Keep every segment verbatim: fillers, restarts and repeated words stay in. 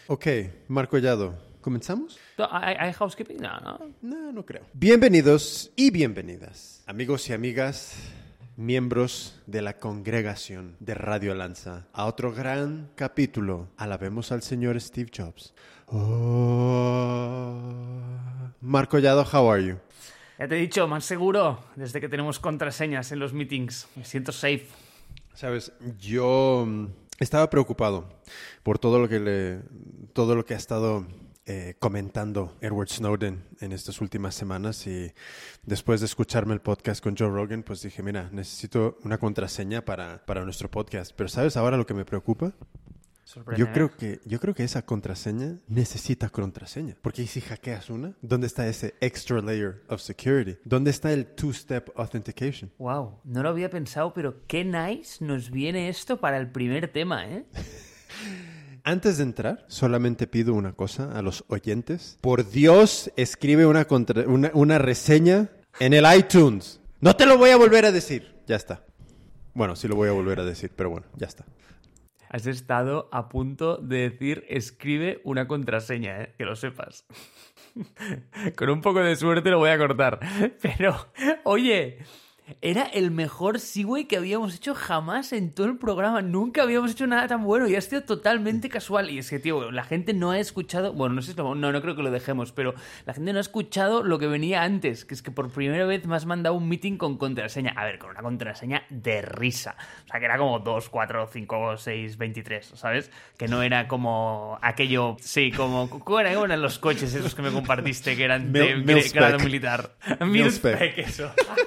Ok, Marco Collado, ¿comenzamos? ¿Hay, hay housekeeping? No, no. No, no creo. Bienvenidos y bienvenidas, amigos y amigas, miembros de la congregación de Radio Lanza, a otro gran capítulo. Alabemos al señor Steve Jobs. Oh. Marco Collado, how are you? Ya te he dicho, más seguro desde que tenemos contraseñas en los meetings. Me siento safe. Sabes, yo mm, estaba preocupado por todo lo que le, todo lo que ha estado eh, comentando Edward Snowden en estas últimas semanas, y después de escucharme el podcast con Joe Rogan, pues dije, mira, necesito una contraseña para, para nuestro podcast. Pero ¿sabes ahora lo que me preocupa? Sorprende, Yo creo ¿eh? que yo creo que esa contraseña necesita contraseña. Porque si hackeas una, ¿dónde está ese extra layer of security? ¿Dónde está el two-step authentication? Wow, no lo había pensado, pero qué nice nos viene esto para el primer tema, ¿eh? Antes de entrar, solamente pido una cosa a los oyentes. Por Dios, escribe una, contra- una, una reseña en el iTunes. No te lo voy a volver a decir. Ya está. Bueno, sí lo voy a volver a decir, pero bueno, ya está. Has estado a punto de decir escribe una contraseña, ¿eh? Que lo sepas. Con un poco de suerte lo voy a cortar. Pero, oye, era el mejor segue que habíamos hecho jamás en todo el programa. Nunca habíamos hecho nada tan bueno y ha sido totalmente casual. Y es que, tío, la gente no ha escuchado... Bueno, no sé si lo... No, no creo que lo dejemos, pero la gente no ha escuchado lo que venía antes, que es que por primera vez me has mandado un meeting con contraseña. A ver, con una contraseña de risa. O sea, que era como dos, cuatro, cinco, seis, veintitrés, ¿sabes? Que no era como aquello... Sí, como... ¿Cómo eran, cómo eran los coches esos que me compartiste que eran de Mil- de Milspec. grado militar? Milspec. Milspec, eso.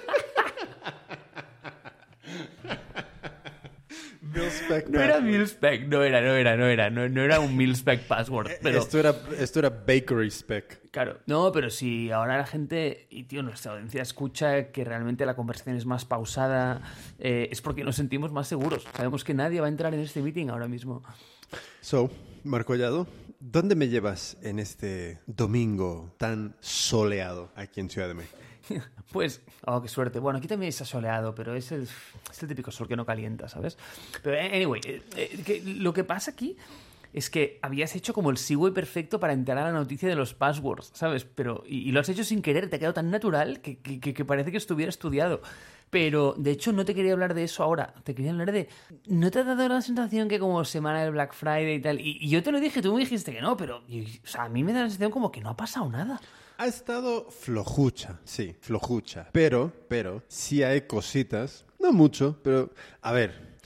Milspec No era Milspec, no era, no era, no era, no, no era un Milspec password, pero... Esto era, esto era Bakery Spec. Claro, no, pero si ahora la gente, y tío, nuestra audiencia escucha que realmente la conversación es más pausada, eh, es porque nos sentimos más seguros. Sabemos que nadie va a entrar en este meeting ahora mismo. So, Marco Collado, ¿dónde me llevas en este domingo tan soleado aquí en Ciudad de México? Pues, oh, qué suerte. Bueno, aquí también está soleado, pero es el, es el típico sol que no calienta, ¿sabes? Pero, anyway, eh, eh, que lo que pasa aquí es que habías hecho como el segue perfecto para entrar a la noticia de los passwords, ¿sabes? Pero, y, y lo has hecho sin querer, te ha quedado tan natural que, que, que parece que estuviera estudiado. Pero, de hecho, no te quería hablar de eso ahora. Te quería hablar de... ¿No te ha dado la sensación que como semana del Black Friday y tal? Y, y yo te lo dije, tú me dijiste que no, pero... Y, o sea, a mí me da la sensación como que no ha pasado nada. Ha estado flojucha, sí, flojucha. Pero, pero, sí hay cositas, no mucho, pero, a ver,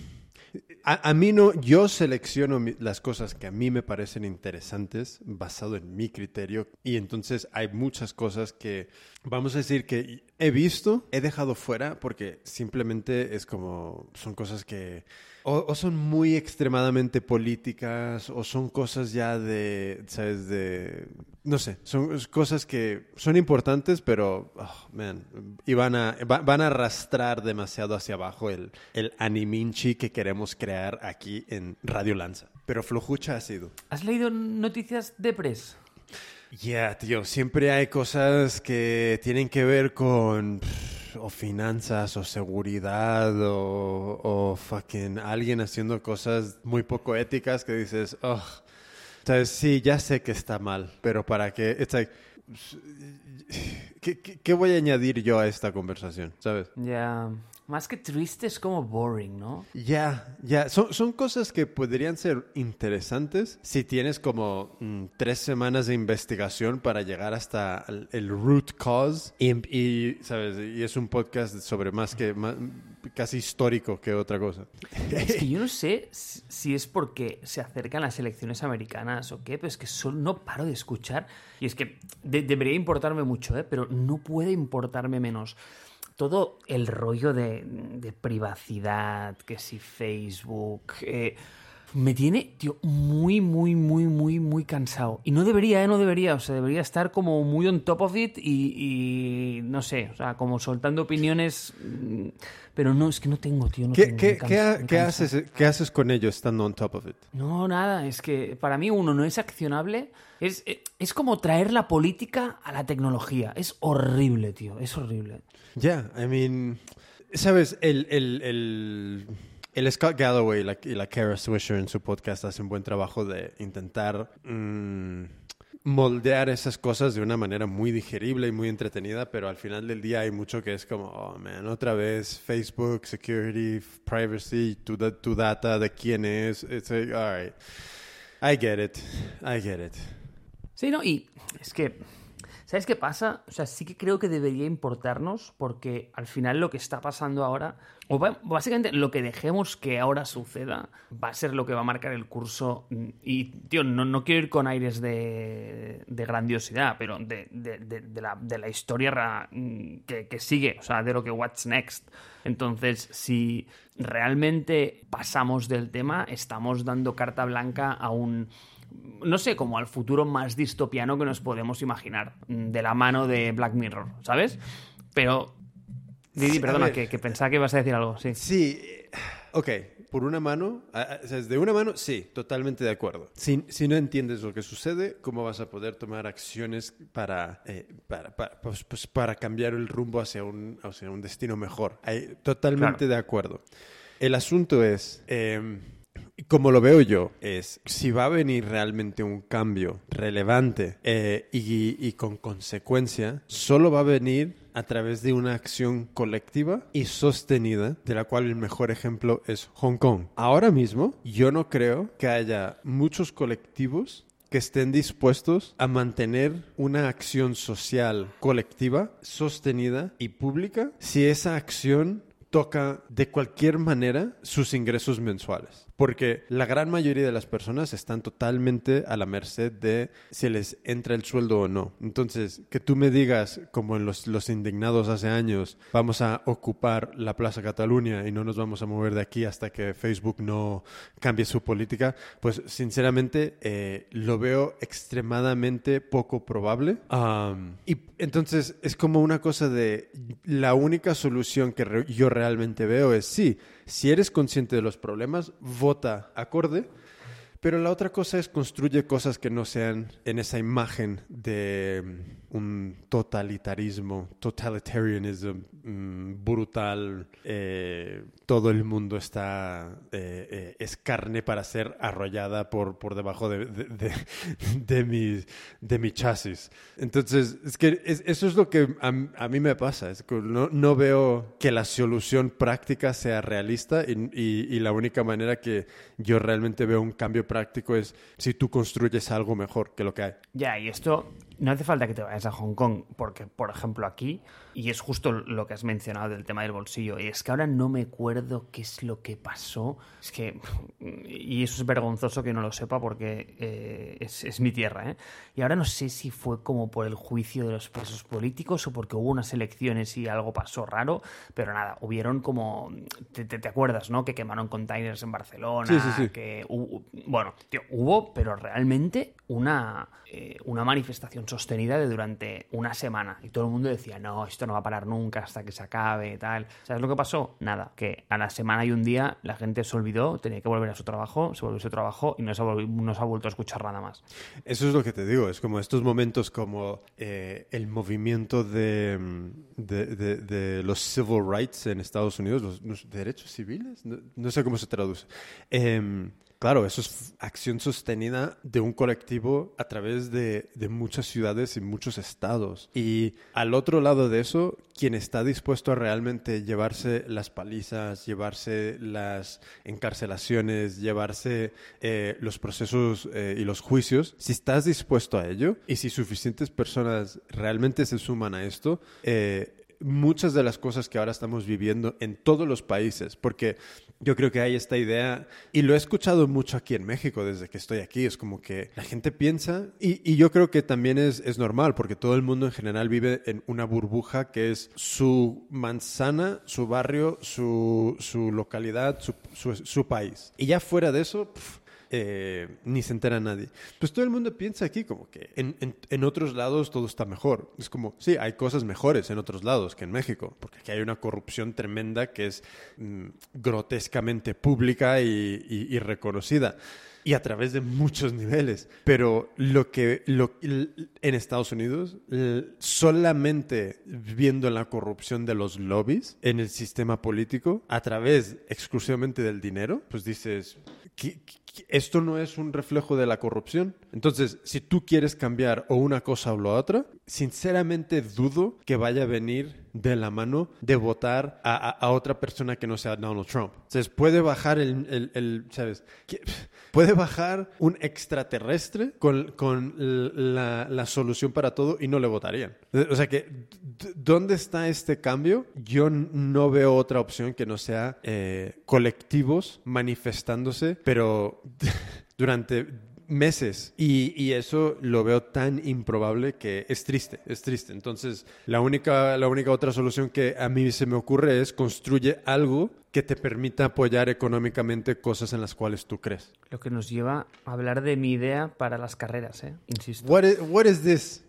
a, a mí no, yo selecciono mi, las cosas que a mí me parecen interesantes basado en mi criterio, y entonces hay muchas cosas que, vamos a decir que he visto, he dejado fuera porque simplemente es como, son cosas que... O, o son muy extremadamente políticas, o son cosas ya de, ¿sabes? De, no sé, son cosas que son importantes, pero, oh, man, y van a, va, van a arrastrar demasiado hacia abajo el, el animinchi que queremos crear aquí en Radio Lanza. Pero flojucha ha sido. ¿Has leído noticias de Press? Ya, yeah, tío, siempre hay cosas que tienen que ver con... o finanzas, o seguridad, o, o fucking alguien haciendo cosas muy poco éticas que dices, oh, ¿sabes? Sí, ya sé que está mal, pero ¿para qué? It's like, ¿qué, qué, qué voy a añadir yo a esta conversación? ¿Sabes? Ya, yeah. Más que triste es como boring, ¿no? Ya, yeah, ya. Yeah. Son, son cosas que podrían ser interesantes si tienes como mm, tres semanas de investigación para llegar hasta el, el root cause. Y, y, ¿sabes? Y es un podcast sobre más que... Más, casi histórico que otra cosa. Es que yo no sé si es porque se acercan las elecciones americanas o qué, pero es que solo no paro de escuchar. Y es que de, debería importarme mucho, ¿eh? Pero no puede importarme menos. Todo el rollo de, de privacidad, que si Facebook... Eh, me tiene, tío, muy, muy, muy, muy, muy cansado. Y no debería, ¿eh? No debería. O sea, debería estar como muy on top of it y, y no sé, o sea, como soltando opiniones. Pero no, es que no tengo, tío. No ¿Qué, tengo, ¿qué, cansa, ¿qué, ¿qué, haces, ¿Qué haces con ello estando on top of it? No, nada. Es que para mí, uno, no es accionable. Es, es como traer la política a la tecnología. Es horrible, tío. Es horrible. Ya, yeah, I mean... ¿Sabes? El... el, el... El Scott Galloway y la, y la Kara Swisher en su podcast hacen buen trabajo de intentar mmm, moldear esas cosas de una manera muy digerible y muy entretenida, pero al final del día hay mucho que es como, oh man, otra vez Facebook, security, privacy, tu, tu data, de quién es. It's like, all right. I get it. I get it. Sí, no, y es que, ¿sabes qué pasa? O sea, sí que creo que debería importarnos porque al final lo que está pasando ahora, o va, básicamente lo que dejemos que ahora suceda, va a ser lo que va a marcar el curso. Y, tío, no, no quiero ir con aires de, de grandiosidad, pero de, de, de, de, la, de la historia que, que sigue, o sea, de lo que what's next. Entonces, si realmente pasamos del tema, estamos dando carta blanca a un... no sé, como al futuro más distopiano que nos podemos imaginar, de la mano de Black Mirror, ¿sabes? Pero, Didi, sí, perdona, que, que pensaba que ibas a decir algo, sí. Sí, ok, por una mano, o sea, de una mano, sí, totalmente de acuerdo. Si, si no entiendes lo que sucede, ¿cómo vas a poder tomar acciones para, eh, para, para, pues, pues para cambiar el rumbo hacia un, hacia un destino mejor? Hay, totalmente claro. De acuerdo. El asunto es... Eh, como lo veo yo, es si va a venir realmente un cambio relevante eh, y, y con consecuencia, solo va a venir a través de una acción colectiva y sostenida, de la cual el mejor ejemplo es Hong Kong. Ahora mismo, yo no creo que haya muchos colectivos que estén dispuestos a mantener una acción social colectiva, sostenida y pública si esa acción toca de cualquier manera sus ingresos mensuales. Porque la gran mayoría de las personas están totalmente a la merced de si les entra el sueldo o no. Entonces, que tú me digas, como en los, los indignados hace años, vamos a ocupar la Plaza Cataluña y no nos vamos a mover de aquí hasta que Facebook no cambie su política, pues sinceramente eh, lo veo extremadamente poco probable. Um, y entonces es como una cosa de la única solución que re- yo realmente veo es sí, si eres consciente de los problemas, vota acorde, pero la otra cosa es construye cosas que no sean en esa imagen de un totalitarismo, totalitarianism mmm, brutal, eh, todo el mundo está, eh, eh, es carne para ser arrollada por, por debajo de, de, de, de, mi, de mi chasis. Entonces, es que es, eso es lo que a, a mí me pasa, es que no, no veo que la solución práctica sea realista y, y, y la única manera que yo realmente veo un cambio práctico es si tú construyes algo mejor que lo que hay. Ya, y esto no hace falta que te vayas a Hong Kong, porque, por ejemplo, aquí, y es justo lo que has mencionado del tema del bolsillo, y es que ahora no me acuerdo qué es lo que pasó, es que, y eso es vergonzoso que no lo sepa porque eh, es, es mi tierra, ¿eh? Y ahora no sé si fue como por el juicio de los presos políticos o porque hubo unas elecciones y algo pasó raro, pero nada, hubieron como, te, te, te acuerdas, ¿no? Que quemaron containers en Barcelona, sí, sí, sí. que hubo, bueno, tío, hubo, pero realmente una, eh, una manifestación sostenida de durante una semana y todo el mundo decía, no, esto no va a parar nunca hasta que se acabe y tal. ¿Sabes lo que pasó? Nada, que a la semana y un día la gente se olvidó, tenía que volver a su trabajo, se volvió a su trabajo y no se ha, volv- no se ha vuelto a escuchar nada más. Eso es lo que te digo, es como estos momentos como eh, el movimiento de, de, de, de los civil rights en Estados Unidos, los, los derechos civiles, no, no sé cómo se traduce. Eh, Claro, eso es acción sostenida de un colectivo a través de, de muchas ciudades y muchos estados. Y al otro lado de eso, quien está dispuesto a realmente llevarse las palizas, llevarse las encarcelaciones, llevarse eh, los procesos eh, y los juicios, si estás dispuesto a ello y si suficientes personas realmente se suman a esto, eh, muchas de las cosas que ahora estamos viviendo en todos los países, porque yo creo que hay esta idea, y lo he escuchado mucho aquí en México desde que estoy aquí, es como que la gente piensa, y, y yo creo que también es, es normal, porque todo el mundo en general vive en una burbuja que es su manzana, su barrio, su, su localidad, su, su, su país. Y ya fuera de eso... Pff, Eh, ni se entera nadie. Pues todo el mundo piensa aquí como que en, en, en otros lados todo está mejor. Es como, sí, hay cosas mejores en otros lados que en México, porque aquí hay una corrupción tremenda que es mm, grotescamente pública y, y, y reconocida. y a través de muchos niveles. Pero lo que lo, en Estados Unidos, solamente viendo la corrupción de los lobbies en el sistema político, a través exclusivamente del dinero, pues dices, ¿qué, qué, esto no es un reflejo de la corrupción? Entonces, si tú quieres cambiar o una cosa o la otra, sinceramente dudo que vaya a venir de la mano de votar a, a, a otra persona que no sea Donald Trump. Entonces, puede bajar el, el, el ¿sabes? Puede bajar un extraterrestre con, con la, la solución para todo y no le votarían. O sea que, ¿dónde está este cambio? Yo no veo otra opción que no sea eh, colectivos manifestándose, pero durante meses. Y, y eso lo veo tan improbable que es triste, es triste. Entonces, la única, la única otra solución que a mí se me ocurre es construye algo que te permita apoyar económicamente cosas en las cuales tú crees. Lo que nos lleva a hablar de mi idea para las carreras, ¿eh? Insisto. What is, what is this?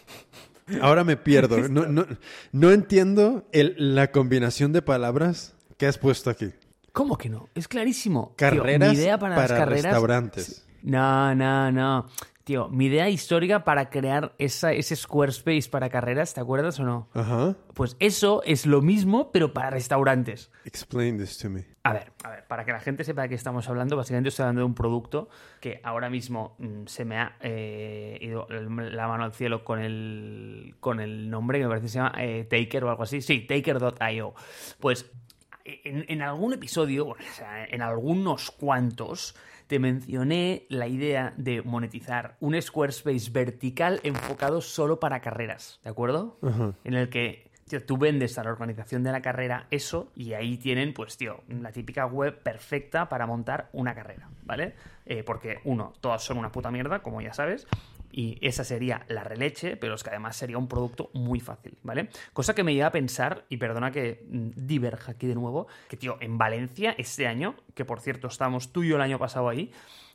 Ahora me pierdo. No, no, no entiendo el, la combinación de palabras que has puesto aquí. ¿Cómo que no? Es clarísimo. Carreras. Tío, mi idea para, para las carreras, restaurantes. No, no, no. Tío, mi idea histórica para crear esa, ese Squarespace para carreras, ¿te acuerdas o no? Ajá. Pues eso es lo mismo, pero para restaurantes. Explain this to me. A ver, a ver, para que la gente sepa de qué estamos hablando, básicamente estoy hablando de un producto que ahora mismo mmm, se me ha eh, ido la mano al cielo con el, con el nombre, que me parece que se llama eh, Taker o algo así. Sí, taker punto io. Pues en, en algún episodio, o sea, en algunos cuantos, te mencioné la idea de monetizar un Squarespace vertical enfocado solo para carreras, ¿de acuerdo? Uh-huh. En el que, tío, tú vendes a la organización de la carrera eso y ahí tienen, pues, tío, la típica web perfecta para montar una carrera, ¿vale? Eh, porque, uno, todas son una puta mierda, como ya sabes, y esa sería la releche, pero es que además sería un producto muy fácil, ¿vale? Cosa que me lleva a pensar, y perdona que diverja aquí de nuevo, que, tío, en Valencia este año, que por cierto estábamos tú y yo el año pasado ahí,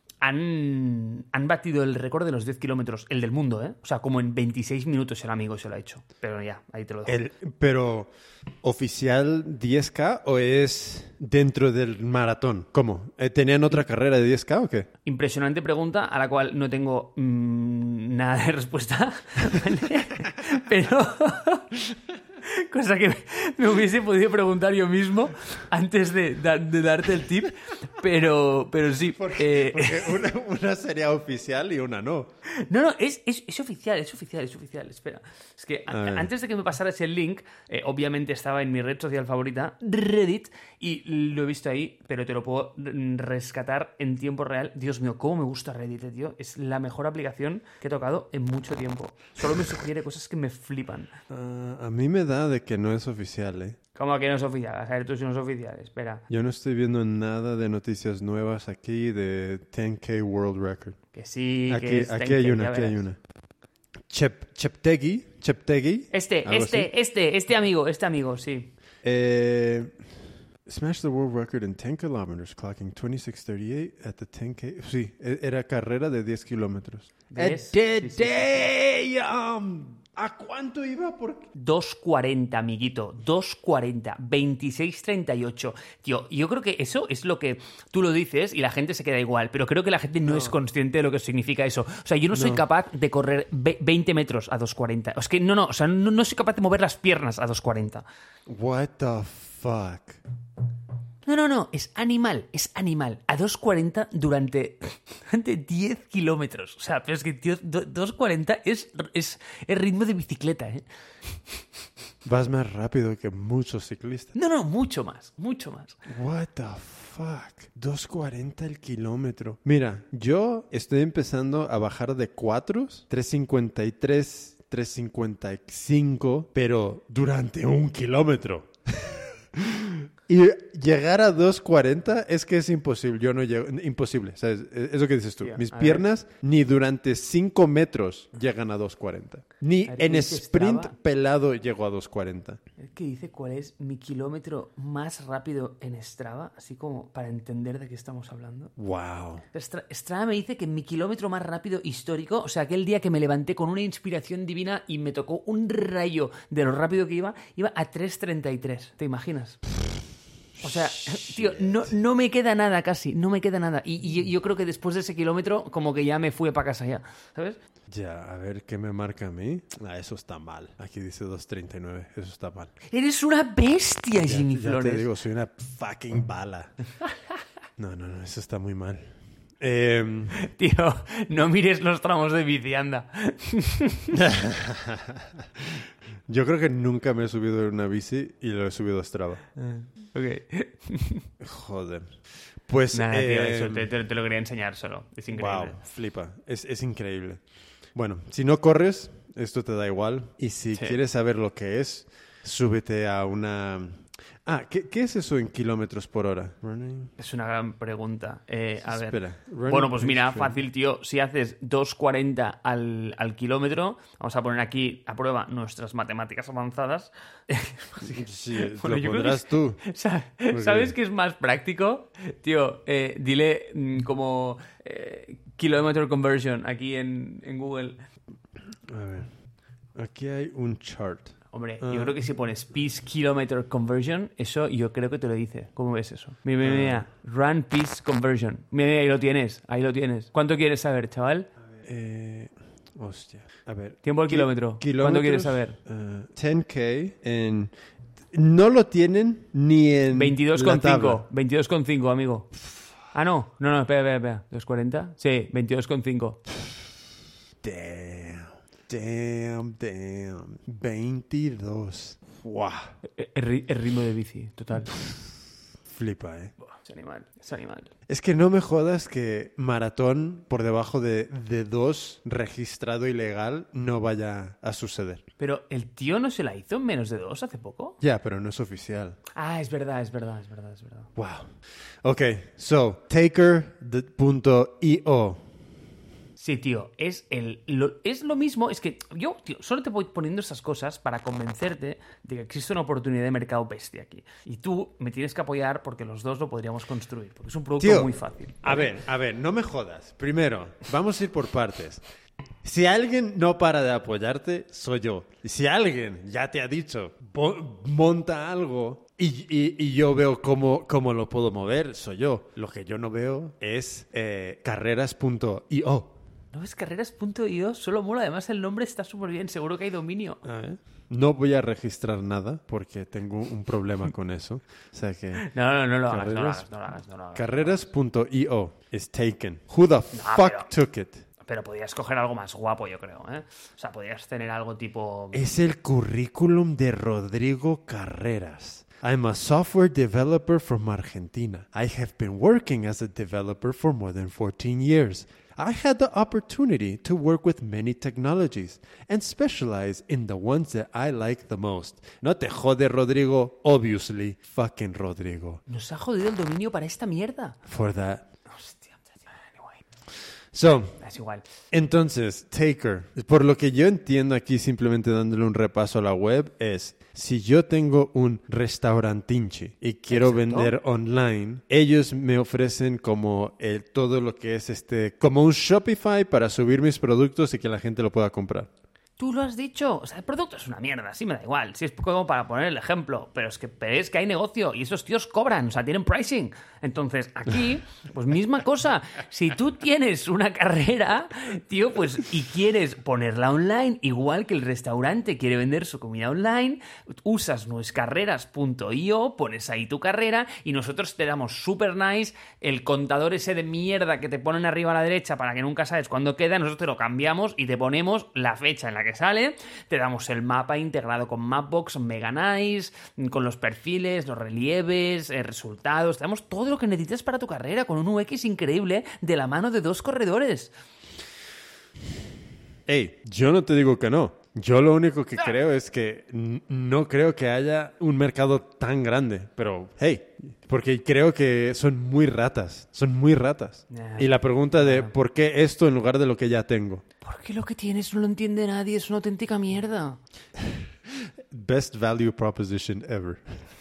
han, han batido el récord de los diez kilómetros, el del mundo, ¿eh? O sea, como en veintiséis minutos el amigo se lo ha hecho. Pero ya, ahí te lo dejo. El, pero, ¿oficial diez K o es dentro del maratón? ¿Cómo? ¿Tenían otra carrera de diez K o qué? Impresionante pregunta a la cual no tengo mmm, nada de respuesta. ¿Vale? Pero... cosa que me hubiese podido preguntar yo mismo antes de, de, de darte el tip, pero, pero sí. Porque, eh... porque una, una sería oficial y una no. No, no, es, es, es oficial, es oficial, es oficial. Espera. Es que a, antes de que me pasaras el link, eh, obviamente estaba en mi red social favorita, Reddit, y lo he visto ahí, pero te lo puedo rescatar en tiempo real. Dios mío, cómo me gusta Reddit, tío. Es la mejor aplicación que he tocado en mucho tiempo. Solo me sugiere cosas que me flipan. Uh, a mí me da de que no es oficial, ¿eh? ¿Cómo que no es oficial? A ver, tú si no es oficial, espera. Yo no estoy viendo nada de noticias nuevas aquí de diez K World Record. Que sí, aquí, que es aquí hay una, aquí hay una. Chep, Cheptegei, Cheptegei. Este, este, así. este, este amigo, este amigo, sí. Eh, smashed the world record in ten kilometers, clocking twenty-six thirty-eight at the ten K. Sí, era carrera de diez kilómetros. ¿Diez? Sí, sí, sí. Um, ¿A cuánto iba? Por... dos cuarenta, amiguito. dos cuarenta. veintiséis treinta y ocho. Tío, yo creo que eso es lo que tú lo dices y la gente se queda igual, pero creo que la gente no, no es consciente de lo que significa eso. O sea, yo no, no. soy capaz de correr veinte metros a dos cuarenta. Es que no, no, o sea, no, no soy capaz de mover las piernas a dos cuarenta. What the fuck? No, no, no, es animal, es animal. A dos cuarenta durante, durante diez kilómetros. O sea, pero es que, tío, dos cuarenta es, es el ritmo de bicicleta, ¿eh? Vas más rápido que muchos ciclistas. No, no, mucho más, mucho más. What the fuck? dos cuarenta el kilómetro. Mira, yo estoy empezando a bajar de cuatros, tres cincuenta y tres, tres cincuenta y cinco, pero durante un kilómetro. Y llegar a dos cuarenta es que es imposible. Yo no llego... Imposible, ¿sabes? Es lo que dices tú. Yeah, Mis piernas ver. ni durante cinco metros llegan a dos cuarenta. Ni ver, en sprint Strava? pelado llego a dos cuarenta. ¿Qué dice cuál es mi kilómetro más rápido en Strava? Así como para entender de qué estamos hablando. Wow. Stra- Strava me dice que mi kilómetro más rápido histórico, o sea, aquel día que me levanté con una inspiración divina y me tocó un rayo de lo rápido que iba, iba a tres treinta y tres. ¿Te imaginas? O sea, tío, no, no me queda nada casi, no me queda nada. Y, y yo creo que después de ese kilómetro, como que ya me fui para casa ya, ¿sabes? Ya, a ver qué me marca a mí. Ah, eso está mal. Aquí dice dos treinta y nueve. Eso está mal. Eres una bestia, Jimmy Ya, ya Flores. te digo, soy una fucking bala. No, no, no, eso está muy mal. Eh, Tío, no mires los tramos de bici, anda. Yo creo que nunca me he subido en una bici y lo he subido a Strava. Ok. Joder. Pues... Nada, tío, eh, eso te, te- te lo quería enseñar solo. Es increíble. Wow, flipa. Es, es increíble. Bueno, si no corres, esto te da igual. Y si Sí. quieres saber lo que es, súbete a una... Ah, ¿qué, qué es eso en kilómetros por hora? Running... Es una gran pregunta. Eh, a ver. Espera. Running Bueno, pues mira, Pace fácil, tío. Si haces dos cuarenta al, al kilómetro, vamos a poner aquí a prueba nuestras matemáticas avanzadas. Run. Sí, Bueno, lo yo creo pondrás que- tú. Sa- ¿Sabes qué es más práctico? Tío, eh, dile mm, como eh, kilometer conversion aquí en, en Google. A ver. Aquí hay un chart. Hombre, Ah. yo creo que si pones Peace Kilometer Conversion, eso yo creo que te lo dice. ¿Cómo ves eso? Mira, mira, mira. Run Peace Conversion. Mira, mira, ahí lo tienes. Ahí lo tienes. ¿Cuánto quieres saber, chaval? Eh, hostia. A ver. Tiempo al Ki- kilómetro. ¿Cuánto kilómetros, quieres saber? eh, diez K en... No lo tienen ni en veintidós la coma tabla. cinco. veintidós coma cinco, amigo. Ah, no. No, no, espera, espera, espera. ¿dos cuarenta? Sí, veintidós coma cinco. Damn. Damn, damn. veintidós. Wow. El, ri- el ritmo de bici, total. Flipa, eh. Buah, es animal, es animal. Es que no me jodas que maratón por debajo de, de dos registrado ilegal no vaya a suceder. Pero el tío no se la hizo en menos de dos hace poco. Ya, pero no es oficial. Ah, es verdad, es verdad, es verdad, es verdad. Wow. Ok, so, taker punto io. Sí, tío, es, el, lo, es lo mismo. Es que yo, tío, solo te voy poniendo esas cosas para convencerte de que existe una oportunidad de mercado bestia aquí. Y tú me tienes que apoyar porque los dos lo podríamos construir. Porque es un producto Tío, muy fácil. A ver, a ver, no me jodas. Primero, vamos a ir por partes. Si alguien no para de apoyarte, soy yo. Si alguien ya te ha dicho, "Mo- monta algo", y, y- y yo veo cómo, cómo lo puedo mover, soy yo. Lo que yo no veo es eh, carreras punto io. ¿No ves carreras punto io? Solo mola. Además, el nombre está súper bien. Seguro que hay dominio. A ver. No voy a registrar nada porque tengo un problema con eso. O sea que... No, no, no lo hagas, no lo Carreras- hagas, no lo hagas. No lo hagas. Carreras punto io is taken. Who the fuck pero- took it? Pero podrías coger algo más guapo, yo creo, ¿eh? O sea, podrías tener algo tipo... Es el currículum de Rodrigo Carreras. I'm a software developer from Argentina. I have been working as a developer for more than fourteen years. I had the opportunity to work with many technologies and specialize in the ones that I like the most. No te jode, Rodrigo. Obviously, fucking Rodrigo. Nos ha jodido el dominio para esta mierda. For that. Hostia. Anyway, So, es igual. entonces, Taker, por lo que yo entiendo aquí, simplemente dándole un repaso a la web, es si yo tengo un restaurantinchi y quiero Exacto. vender online, ellos me ofrecen como el, todo lo que es este, como un Shopify para subir mis productos y que la gente lo pueda comprar. Tú lo has dicho. O sea, el producto es una mierda, sí me da igual. Sí es como para poner el ejemplo. Pero es que, pero es que hay negocio y esos tíos cobran, o sea, tienen pricing. Entonces, aquí, pues misma cosa. Si tú tienes una carrera, tío, pues y quieres ponerla online, igual que el restaurante quiere vender su comida online, usas nuescarreras punto io, pones ahí tu carrera y nosotros te damos super nice el contador ese de mierda que te ponen arriba a la derecha para que nunca sabes cuándo queda. Nosotros te lo cambiamos y te ponemos la fecha en la que sale, te damos el mapa integrado con Mapbox, mega nice, con los perfiles, los relieves, eh, resultados, te damos todo lo que necesitas para tu carrera con un U X increíble de la mano de dos corredores. Hey, yo no te digo que no. Yo lo único que creo es que n- no creo que haya un mercado tan grande. Pero, hey, porque creo que son muy ratas. Son muy ratas. Nah. Y la pregunta de ¿por qué esto en lugar de lo que ya tengo? Porque lo que tienes no lo entiende nadie, es una auténtica mierda. Best value proposition ever.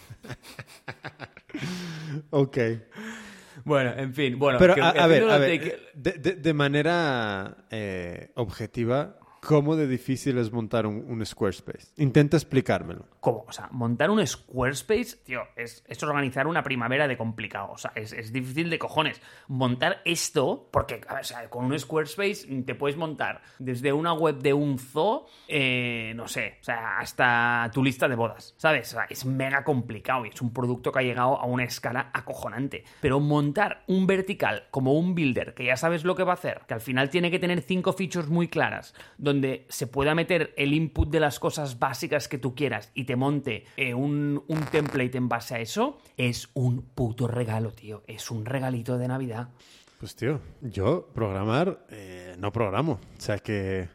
Ok. Bueno, en fin, bueno. Pero que- a, que a ver, haciendo a lo ver, de que- de, de- de manera eh, objetiva, ¿Cómo de difícil es montar un, un Squarespace? Intenta explicármelo. ¿Cómo? O sea, montar un Squarespace, tío, es, es organizar una primavera de complicado. O sea, es, es difícil de cojones. Montar esto, porque a ver, o sea, con un Squarespace te puedes montar desde una web de un zoo, eh, no sé, o sea, hasta tu lista de bodas, ¿sabes? O sea, es mega complicado y es un producto que ha llegado a una escala acojonante. Pero montar un vertical como un builder, que ya sabes lo que va a hacer, que al final tiene que tener cinco features muy claras, donde se pueda meter el input de las cosas básicas que tú quieras y te monte eh, un, un template en base a eso, es un puto regalo, tío. Es un regalito de Navidad. Pues tío, yo programar eh, no programo. O sea que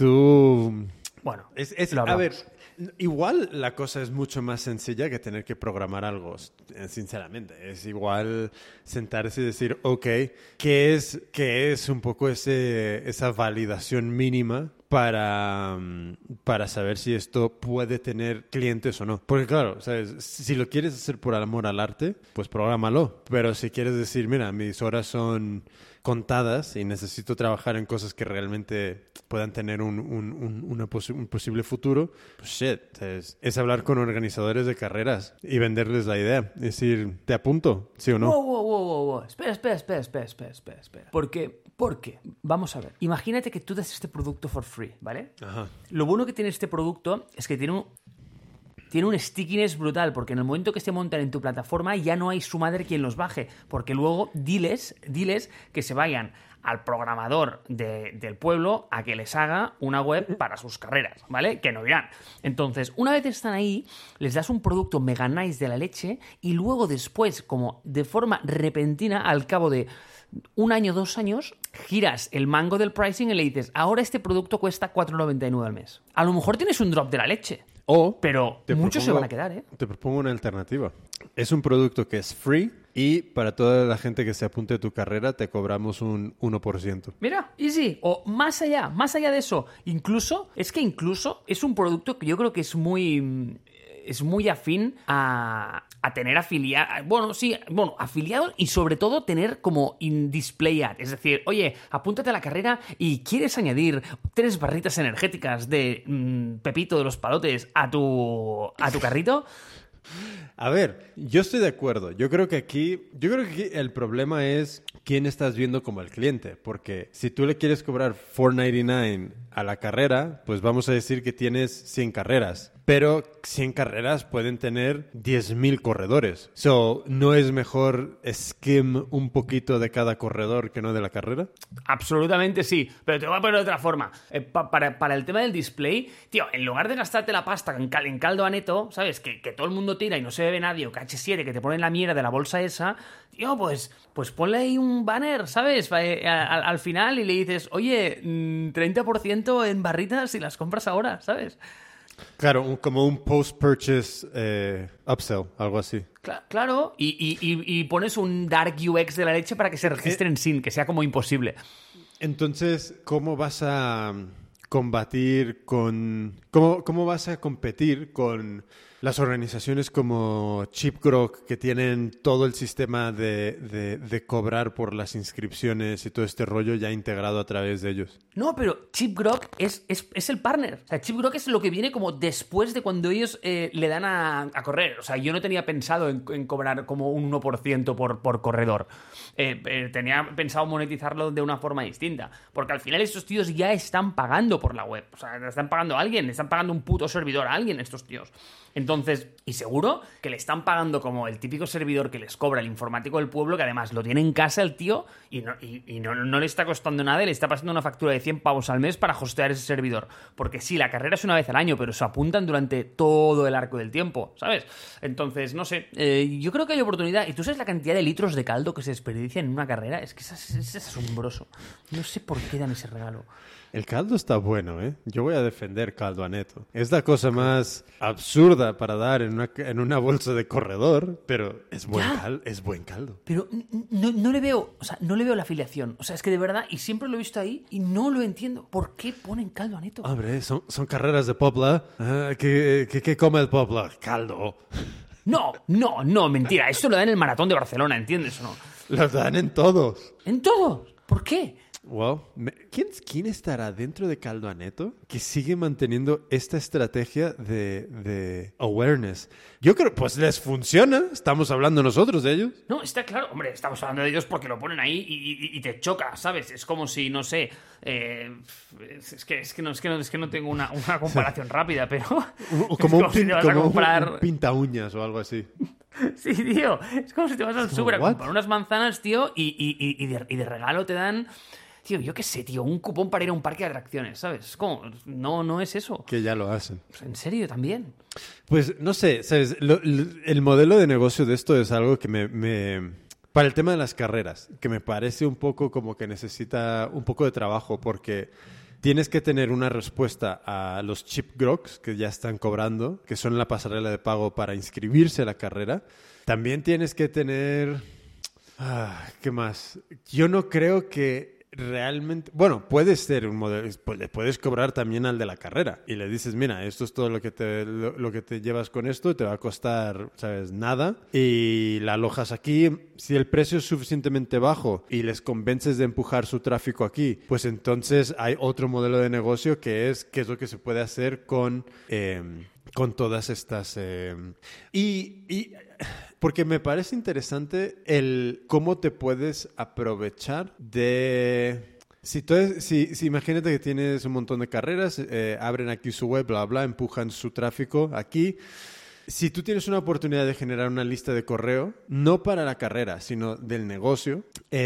tú... Bueno, es, es, lo a ver, hablamos. igual la cosa es mucho más sencilla que tener que programar algo, sinceramente. Es igual sentarse y decir, ok, ¿qué es, qué es un poco ese, esa validación mínima para, para saber si esto puede tener clientes o no? Porque claro, ¿sabes? Si lo quieres hacer por amor al arte, pues prográmalo. Pero si quieres decir, mira, mis horas son contadas y necesito trabajar en cosas que realmente puedan tener un, un, un, una posi- un posible futuro, pues shit, es, es hablar con organizadores de carreras y venderles la idea. Es decir, ¿te apunto? ¿Sí o no? Wow, wow, wow, wow, wow. Espera, espera, espera, espera, espera, espera, espera. Porque, porque, vamos a ver. Imagínate que tú das este producto for free, ¿vale? Ajá. Lo bueno que tiene este producto es que tiene un... Tiene un stickiness brutal, porque en el momento que se montan en tu plataforma ya no hay su madre quien los baje, porque luego diles, diles que se vayan al programador de, del pueblo a que les haga una web para sus carreras, ¿vale? Que no irán. Entonces, una vez están ahí, les das un producto mega nice de la leche y luego después, como de forma repentina, al cabo de un año, dos años, giras el mango del pricing y le dices, ahora este producto cuesta cuatro noventa y nueve al mes. A lo mejor tienes un drop de la leche. O Pero te muchos se propongo- van a quedar, ¿eh? Te propongo una alternativa. Es un producto que es free y para toda la gente que se apunte a tu carrera te cobramos un uno por ciento. Mira, easy. O más allá, más allá de eso. Incluso, es que incluso es un producto que yo creo que es muy... es muy afín a, a tener afiliados, bueno, sí, bueno, afiliados y sobre todo tener como in display ad, es decir, oye, apúntate a la carrera y quieres añadir tres barritas energéticas de mmm, Pepito de los Palotes a tu, a tu carrito. A ver, yo estoy de acuerdo. Yo creo que aquí, yo creo que aquí el problema es quién estás viendo como el cliente, porque si tú le quieres cobrar cuatro noventa y nueve a la carrera, pues vamos a decir que tienes cien carreras. Pero cien carreras pueden tener diez mil corredores. So, ¿no es mejor skim un poquito de cada corredor que no de la carrera? Absolutamente sí, pero te voy a poner de otra forma. Eh, pa- para, para el tema del display, tío, en lugar de gastarte la pasta en, cal- en caldo a neto, ¿sabes? Que, que todo el mundo tira y no se bebe nadie, o que H siete, que te ponen la mierda de la bolsa esa, tío, pues, pues ponle ahí un banner, ¿sabes? Pa- eh, a- a- al final y le dices, oye, mm, treinta por ciento en barritas si las compras ahora, ¿sabes? Claro, un- como un post-purchase eh, upsell, algo así. Cla- Claro, y, y- y- y pones un dark U X de la leche para que se registren sin, que sea como imposible. Entonces, ¿cómo vas a combatir con... ¿Cómo, cómo vas a competir con las organizaciones como ChipGrok que tienen todo el sistema de, de, de cobrar por las inscripciones y todo este rollo ya integrado a través de ellos? No, pero ChipGrok es, es, es el partner. O sea, ChipGrok es lo que viene como después de cuando ellos eh, le dan a, a correr. O sea, yo no tenía pensado en, en cobrar como un uno por ciento por, por corredor. Eh, eh, tenía pensado monetizarlo de una forma distinta. Porque al final estos tíos ya están pagando por la web. O sea, le están pagando a alguien, le están pagando un puto servidor a alguien estos tíos. Entonces, y seguro que le están pagando como el típico servidor que les cobra el informático del pueblo, que además lo tiene en casa el tío y no, y, y no, no le está costando nada y le está pasando una factura de cien pavos al mes para hostear ese servidor. Porque sí, la carrera es una vez al año, pero se apuntan durante todo el arco del tiempo, ¿sabes? Entonces, no sé, eh, yo creo que hay oportunidad. ¿Y tú sabes la cantidad de litros de caldo que se desperdicia en una carrera? Es que es, es, es asombroso. No sé por qué dan ese regalo. El caldo está bueno, ¿eh? Yo voy a defender caldo a neto. Es la cosa más absurda para dar en una, en una bolsa de corredor, pero es buen, Ya. cal, es buen caldo. Pero n- no, no le veo, o sea, no le veo la afiliación. O sea, es que de verdad, y siempre lo he visto ahí, y no lo entiendo. ¿Por qué ponen caldo a neto? Hombre, son, son carreras de Popla. Ah, ¿qué, qué, qué come el Popla? Caldo. No, no, no, mentira. Esto lo dan en el maratón de Barcelona, ¿entiendes o no? Lo dan en todos. En todo. ¿Por qué? Well, me- ¿quién, ¿quién estará dentro de Caldo Aneto que sigue manteniendo esta estrategia de, de awareness? Yo creo, pues les funciona. Estamos hablando nosotros de ellos. No, está claro, hombre, estamos hablando de ellos porque lo ponen ahí y, y- y te choca, ¿sabes? Es como si, no sé, eh, es, que, es, que no, es, que no, es que no tengo una, una comparación rápida, pero O es como, un, si pin- te vas a como un- comprar... un pinta uñas o algo así. Sí, tío, es como si te vas al como, súper a ¿what? comprar unas manzanas, tío, y, y, y, y de, y de regalo te dan... Tío, yo qué sé, tío, un cupón para ir a un parque de atracciones, ¿sabes? Es como, no, no es eso. Que ya lo hacen. En serio, también. Pues no sé, ¿sabes? Lo- lo- el modelo de negocio de esto es algo que me, me- Para el tema de las carreras, que me parece un poco como que necesita un poco de trabajo porque tienes que tener una respuesta a los chip groks que ya están cobrando, que son la pasarela de pago para inscribirse a la carrera. También tienes que tener... Ah, ¿qué más? Yo no creo que realmente... Bueno, puede ser un modelo... pues le puedes cobrar también al de la carrera. Y le dices, mira, esto es todo lo que te, lo, lo que te llevas con esto. Te va a costar, ¿sabes? Nada. Y la alojas aquí. Si el precio es suficientemente bajo y les convences de empujar su tráfico aquí, pues entonces hay otro modelo de negocio que es qué es lo que se puede hacer con... eh, con todas estas... eh, y... y porque me parece interesante el cómo te puedes aprovechar de... Si, tú, si, si imagínate que tienes un montón de carreras, eh, abren aquí su web, bla, bla, empujan su tráfico aquí. Si tú tienes una oportunidad de generar una lista de correo, no para la carrera, sino del negocio,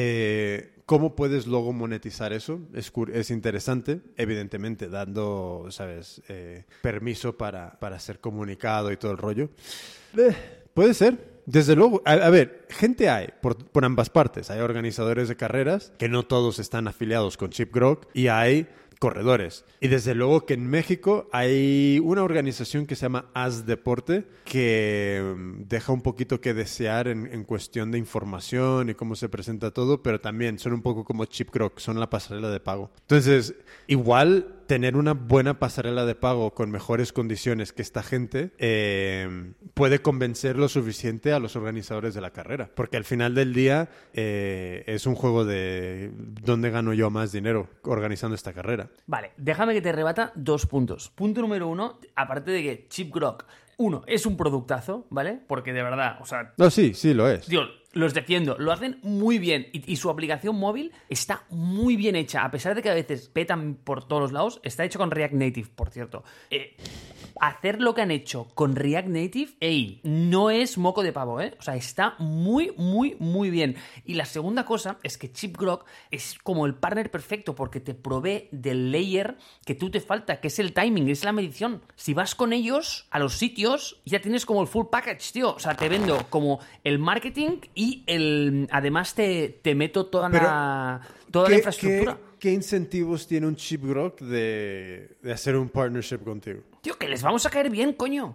eh, ¿cómo puedes luego monetizar eso? Es, cur- es interesante, evidentemente, dando, ¿sabes? Eh, permiso para, para ser comunicado y todo el rollo. Eh, puede ser. Desde luego, a, a ver, gente hay por, por ambas partes. Hay organizadores de carreras, que no todos están afiliados con Chip Grok, y hay corredores. Y desde luego que en México hay una organización que se llama As Deporte, que mm, deja un poquito que desear en, en cuestión de información y cómo se presenta todo, pero también son un poco como Chip Grok, son la pasarela de pago. Entonces, igual tener una buena pasarela de pago con mejores condiciones que esta gente eh, puede convencer lo suficiente a los organizadores de la carrera. Porque al final del día eh, es un juego de dónde gano yo más dinero organizando esta carrera. Vale, déjame que te rebata dos puntos. Punto número uno, aparte de que Chip Grok, uno, es un productazo, ¿vale? Porque de verdad, o sea... No, sí, sí, lo es. Tío, los defiendo, lo hacen muy bien y, y su aplicación móvil está muy bien hecha, a pesar de que a veces petan por todos los lados. Está hecho con React Native, por cierto. Eh, hacer lo que han hecho con React Native, ey, no es moco de pavo, ¿eh? O sea, está muy, muy, muy bien. Y la segunda cosa es que Chip Grok es como el partner perfecto porque te provee del layer que tú te falta, que es el timing, es la medición. Si vas con ellos a los sitios, ya tienes como el full package, tío. O sea, te vendo como el marketing y el además te, te meto toda Pero, la toda la ¿Qué, infraestructura. qué, qué incentivos tiene un Chip Grok de, de hacer un partnership contigo? Tío, que les vamos a caer bien, coño.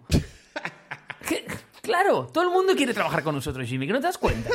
Que- claro, todo el mundo quiere trabajar con nosotros, Jimmy, que no te das cuenta.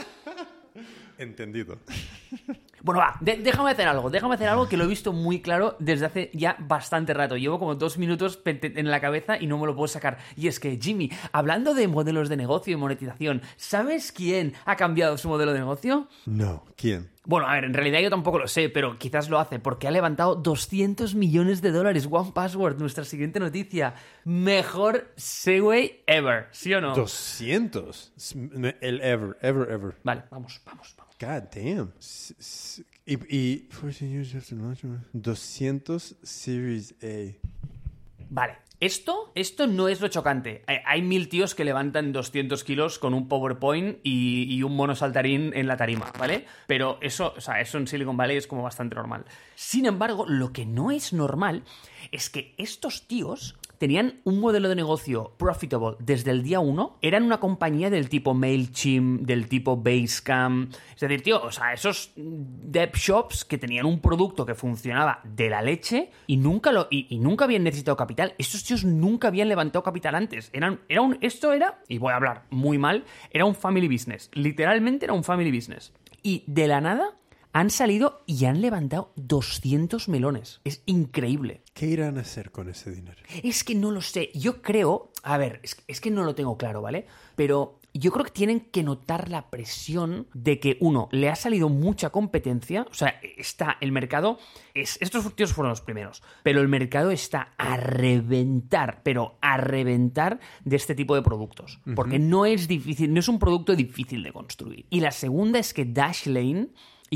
Entendido. Bueno, va, de- déjame hacer algo, déjame hacer algo que lo he visto muy claro desde hace ya bastante rato. Llevo como dos minutos pe- te- en la cabeza y no me lo puedo sacar. Y es que, Jimmy, hablando de modelos de negocio y monetización, ¿sabes quién ha cambiado su modelo de negocio? No, ¿quién? Bueno, a ver, en realidad yo tampoco lo sé, pero quizás lo hace porque ha levantado doscientos millones de dólares. One Password, nuestra siguiente noticia. Mejor Segway ever, ¿sí o no? doscientos. El ever, ever, ever. Vale, vamos, vamos, vamos. God damn. S- s- Y, y fourteen years after launch, doscientos Series A. Vale, esto, esto no es lo chocante. Hay, hay mil tíos que levantan doscientos kilos con un PowerPoint y, y un mono saltarín en la tarima, ¿vale? Pero eso, o sea, eso en Silicon Valley es como bastante normal. Sin embargo, lo que no es normal es que estos tíos tenían un modelo de negocio profitable desde el día uno. Eran una compañía del tipo MailChimp, del tipo Basecamp. Es decir, tío, o sea, esos dev shops que tenían un producto que funcionaba de la leche y nunca lo y, y nunca habían necesitado capital. Estos tíos nunca habían levantado capital antes. Eran, era un, esto era, y voy a hablar muy mal, era un family business. Literalmente era un family business. Y de la nada han salido y han levantado doscientos melones. Es increíble. ¿Qué irán a hacer con ese dinero? Es que no lo sé. Yo creo... A ver, es, es que no lo tengo claro, ¿vale? Pero yo creo que tienen que notar la presión de que, uno, le ha salido mucha competencia, o sea, está el mercado, es, estos tíos fueron los primeros, pero el mercado está a reventar, pero a reventar de este tipo de productos, uh-huh. porque no es difícil, no es un producto difícil de construir. Y la segunda es que Dashlane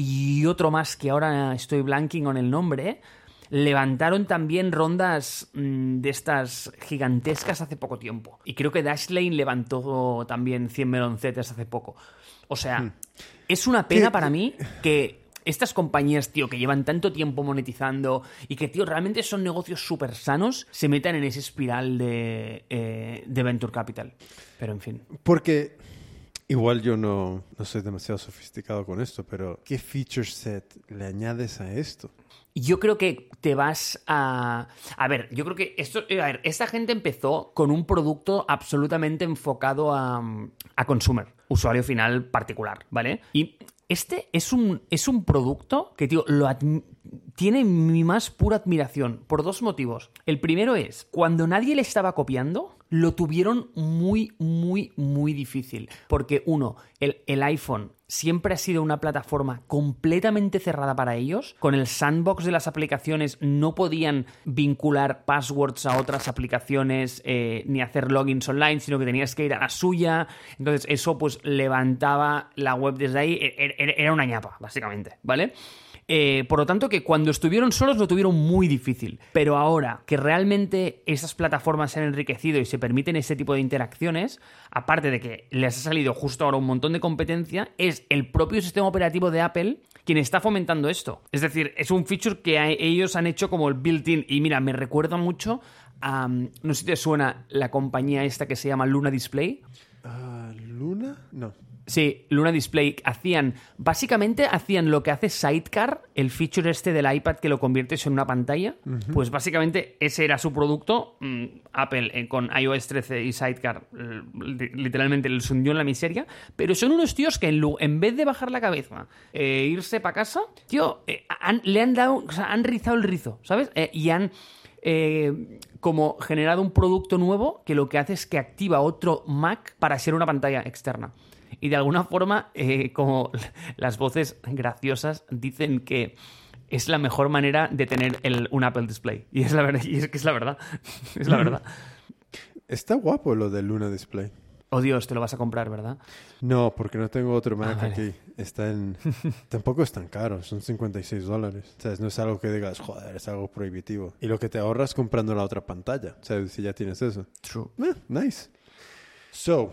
y otro más que ahora estoy blanking con el nombre, levantaron también rondas mmm, de estas gigantescas hace poco tiempo. Y creo que Dashlane levantó también cien meloncetes hace poco. O sea, hmm. es una pena para mí que estas compañías, tío, que llevan tanto tiempo monetizando y que, tío, realmente son negocios súper sanos, se metan en ese espiral de, eh, de Venture Capital. Pero, en fin. Porque igual yo no, no soy demasiado sofisticado con esto, pero ¿qué feature set le añades a esto? Yo creo que te vas a... A ver, yo creo que esto... A ver, esta gente empezó con un producto absolutamente enfocado a, a consumer, usuario final particular, ¿vale? Y este es un, es un producto que, tío, lo admi- tiene mi más pura admiración por dos motivos. El primero es, cuando nadie le estaba copiando, lo tuvieron muy, muy, muy difícil. Porque, uno, el, el iPhone siempre ha sido una plataforma completamente cerrada para ellos. Con el sandbox de las aplicaciones no podían vincular passwords a otras aplicaciones eh, ni hacer logins online, sino que tenías que ir a la suya. Entonces eso pues levantaba la web desde ahí. Era, era una ñapa, básicamente, ¿vale? Eh, por lo tanto, que cuando estuvieron solos lo tuvieron muy difícil. Pero ahora que realmente esas plataformas se han enriquecido y se permiten ese tipo de interacciones, aparte de que les ha salido justo ahora un montón de competencia, es el propio sistema operativo de Apple quien está fomentando esto. Es decir, es un feature que a ellos han hecho como el built-in. Y mira, me recuerda mucho a... Um, no sé si te suena la compañía esta que se llama Luna Display. Uh, ¿Luna? No. Sí, Luna Display. Hacían, básicamente hacían lo que hace Sidecar, el feature este del iPad que lo conviertes en una pantalla. Uh-huh. Pues básicamente ese era su producto. Mm, Apple eh, con iOS trece y Sidecar eh, literalmente les hundió en la miseria. Pero son unos tíos que en, en vez de bajar la cabeza e eh, irse para casa, tío, eh, han, le han dado, o sea, han rizado el rizo, ¿sabes? Eh, y han... Eh, como generado un producto nuevo que lo que hace es que activa otro Mac para ser una pantalla externa. Y de alguna forma, eh, como las voces graciosas dicen que es la mejor manera de tener el, un Apple Display. Y es la verdad, y es que es la verdad. Es la verdad. Está guapo lo del Luna Display. Oh, Dios, te lo vas a comprar, ¿verdad? No, porque no tengo otro Mac ah, vale. aquí. Está en... Tampoco es tan caro, son cincuenta y seis dólares. O sea, no es algo que digas, joder, es algo prohibitivo. Y lo que te ahorras comprando la otra pantalla. O sea, si ya tienes eso. True. Eh, nice. So,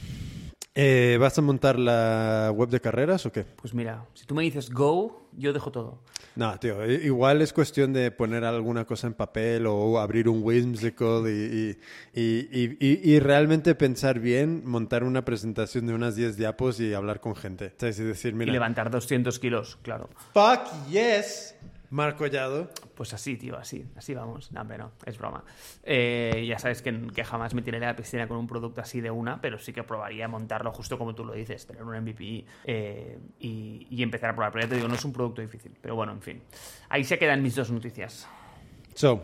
eh, ¿vas a montar la web de carreras o qué? Pues mira, si tú me dices go, yo dejo todo. No, tío, igual es cuestión de poner alguna cosa en papel o abrir un Whimsical y, y, y, y, y realmente pensar bien, montar una presentación de unas diez diapos y hablar con gente. O sea, es decir, mira, y levantar doscientos kilos, claro. Fuck yes, Marc Collado. Pues así, tío, así, así vamos. No, hombre, no, es broma. Eh, ya sabes que, que jamás me tiraré a la piscina con un producto así de una, pero sí que probaría montarlo justo como tú lo dices, tener un M V P eh, y, y empezar a probar. Pero ya te digo, no es un producto difícil, pero bueno, en fin. Ahí se quedan mis dos noticias. So,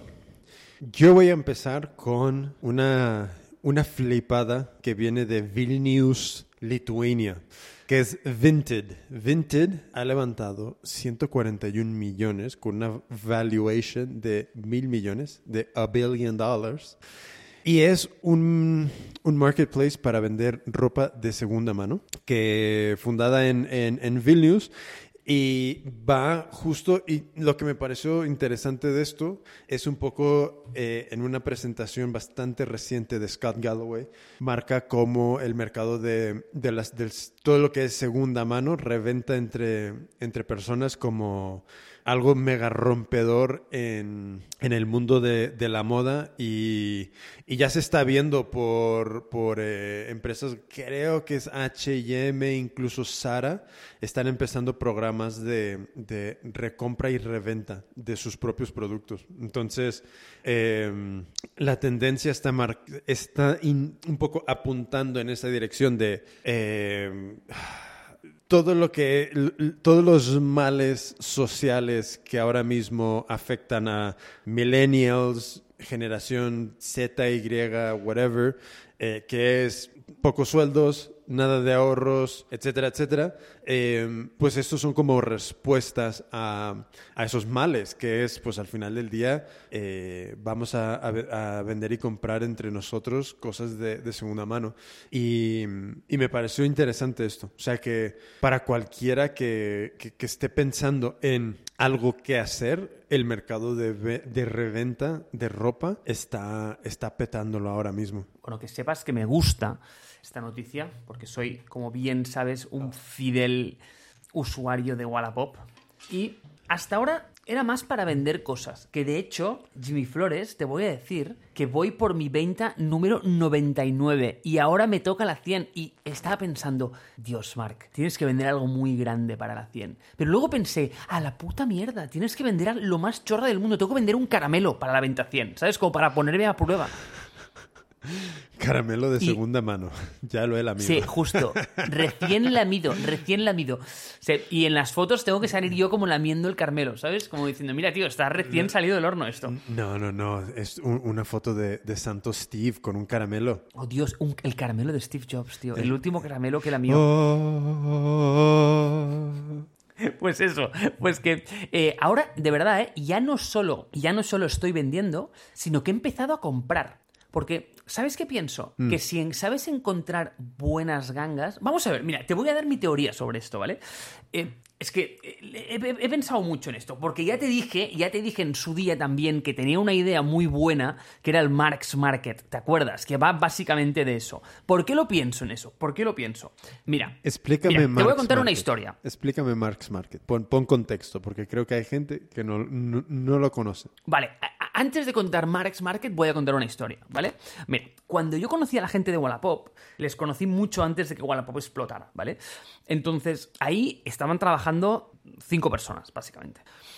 yo voy a empezar con una, una flipada que viene de Vilnius, Lituania, que es Vinted. Vinted ha levantado ciento cuarenta y un millones con una valuation de mil millones, de a billion dollars. Y es un, un marketplace para vender ropa de segunda mano, que fundada en, en, en Vilnius. Y va justo, y lo que me pareció interesante de esto es un poco eh, en una presentación bastante reciente de Scott Galloway, marca como el mercado de, de las, del, todo lo que es segunda mano, reventa entre, entre personas como algo mega rompedor en, en el mundo de, de la moda y, y ya se está viendo por, por eh, empresas, creo que es H y M, incluso Zara, están empezando programas de, de recompra y reventa de sus propios productos. Entonces, eh, la tendencia está, mar- está in, un poco apuntando en esa dirección de... Eh, todo lo que, todos los males sociales que ahora mismo afectan a millennials, generación Z, Y, whatever, eh, que es pocos sueldos, nada de ahorros, etcétera, etcétera, eh, pues estos son como respuestas a, a esos males, que es, pues al final del día, eh, vamos a, a, a vender y comprar entre nosotros cosas de, de segunda mano. Y, y me pareció interesante esto. O sea que para cualquiera que, que, que esté pensando en algo que hacer, el mercado de, de reventa de ropa está, está petándolo ahora mismo. Bueno, que sepas que me gusta esta noticia, porque soy, como bien sabes, un fidel usuario de Wallapop. Y hasta ahora era más para vender cosas. Que de hecho, Jimmy Flores, te voy a decir que voy por mi venta número noventa y nueve y ahora me toca la cien. Y estaba pensando, Dios, Marc, tienes que vender algo muy grande para la cien. Pero luego pensé, a la puta mierda, tienes que vender lo más chorra del mundo. Tengo que vender un caramelo para la venta cien, ¿sabes? Como para ponerme a prueba. Caramelo de y, segunda mano, ya lo he lamido. Sí, justo, recién lamido, recién lamido. O sea, y en las fotos tengo que salir yo como lamiendo el caramelo, ¿sabes? Como diciendo, mira, tío, está recién salido del horno esto. No, no, no, es un, una foto de, de Santo Steve con un caramelo. Oh, Dios, un, el caramelo de Steve Jobs, tío, el último caramelo que lamió. Oh. Pues eso, pues que eh, ahora, de verdad, ¿eh? ya no solo, ya no solo estoy vendiendo, sino que he empezado a comprar. Porque, ¿sabes qué pienso? Mm. Que si sabes encontrar buenas gangas... Vamos a ver, mira, te voy a dar mi teoría sobre esto, ¿vale? Eh, es que he, he, he pensado mucho en esto, porque ya te dije, ya te dije en su día también que tenía una idea muy buena, que era el Mark's Market, ¿te acuerdas? Que va básicamente de eso. ¿Por qué lo pienso en eso? ¿Por qué lo pienso? Mira, Explícame mira Mark's te voy a contar Market. una historia. Explícame Mark's Market. Pon, pon contexto, porque creo que hay gente que no, no, no lo conoce. Vale, antes de contar Mark's Market, voy a contar una historia, ¿vale? Mira, cuando yo conocí a la gente de Wallapop, les conocí mucho antes de que Wallapop explotara, ¿vale? Entonces, ahí estaban trabajando cinco personas, básicamente.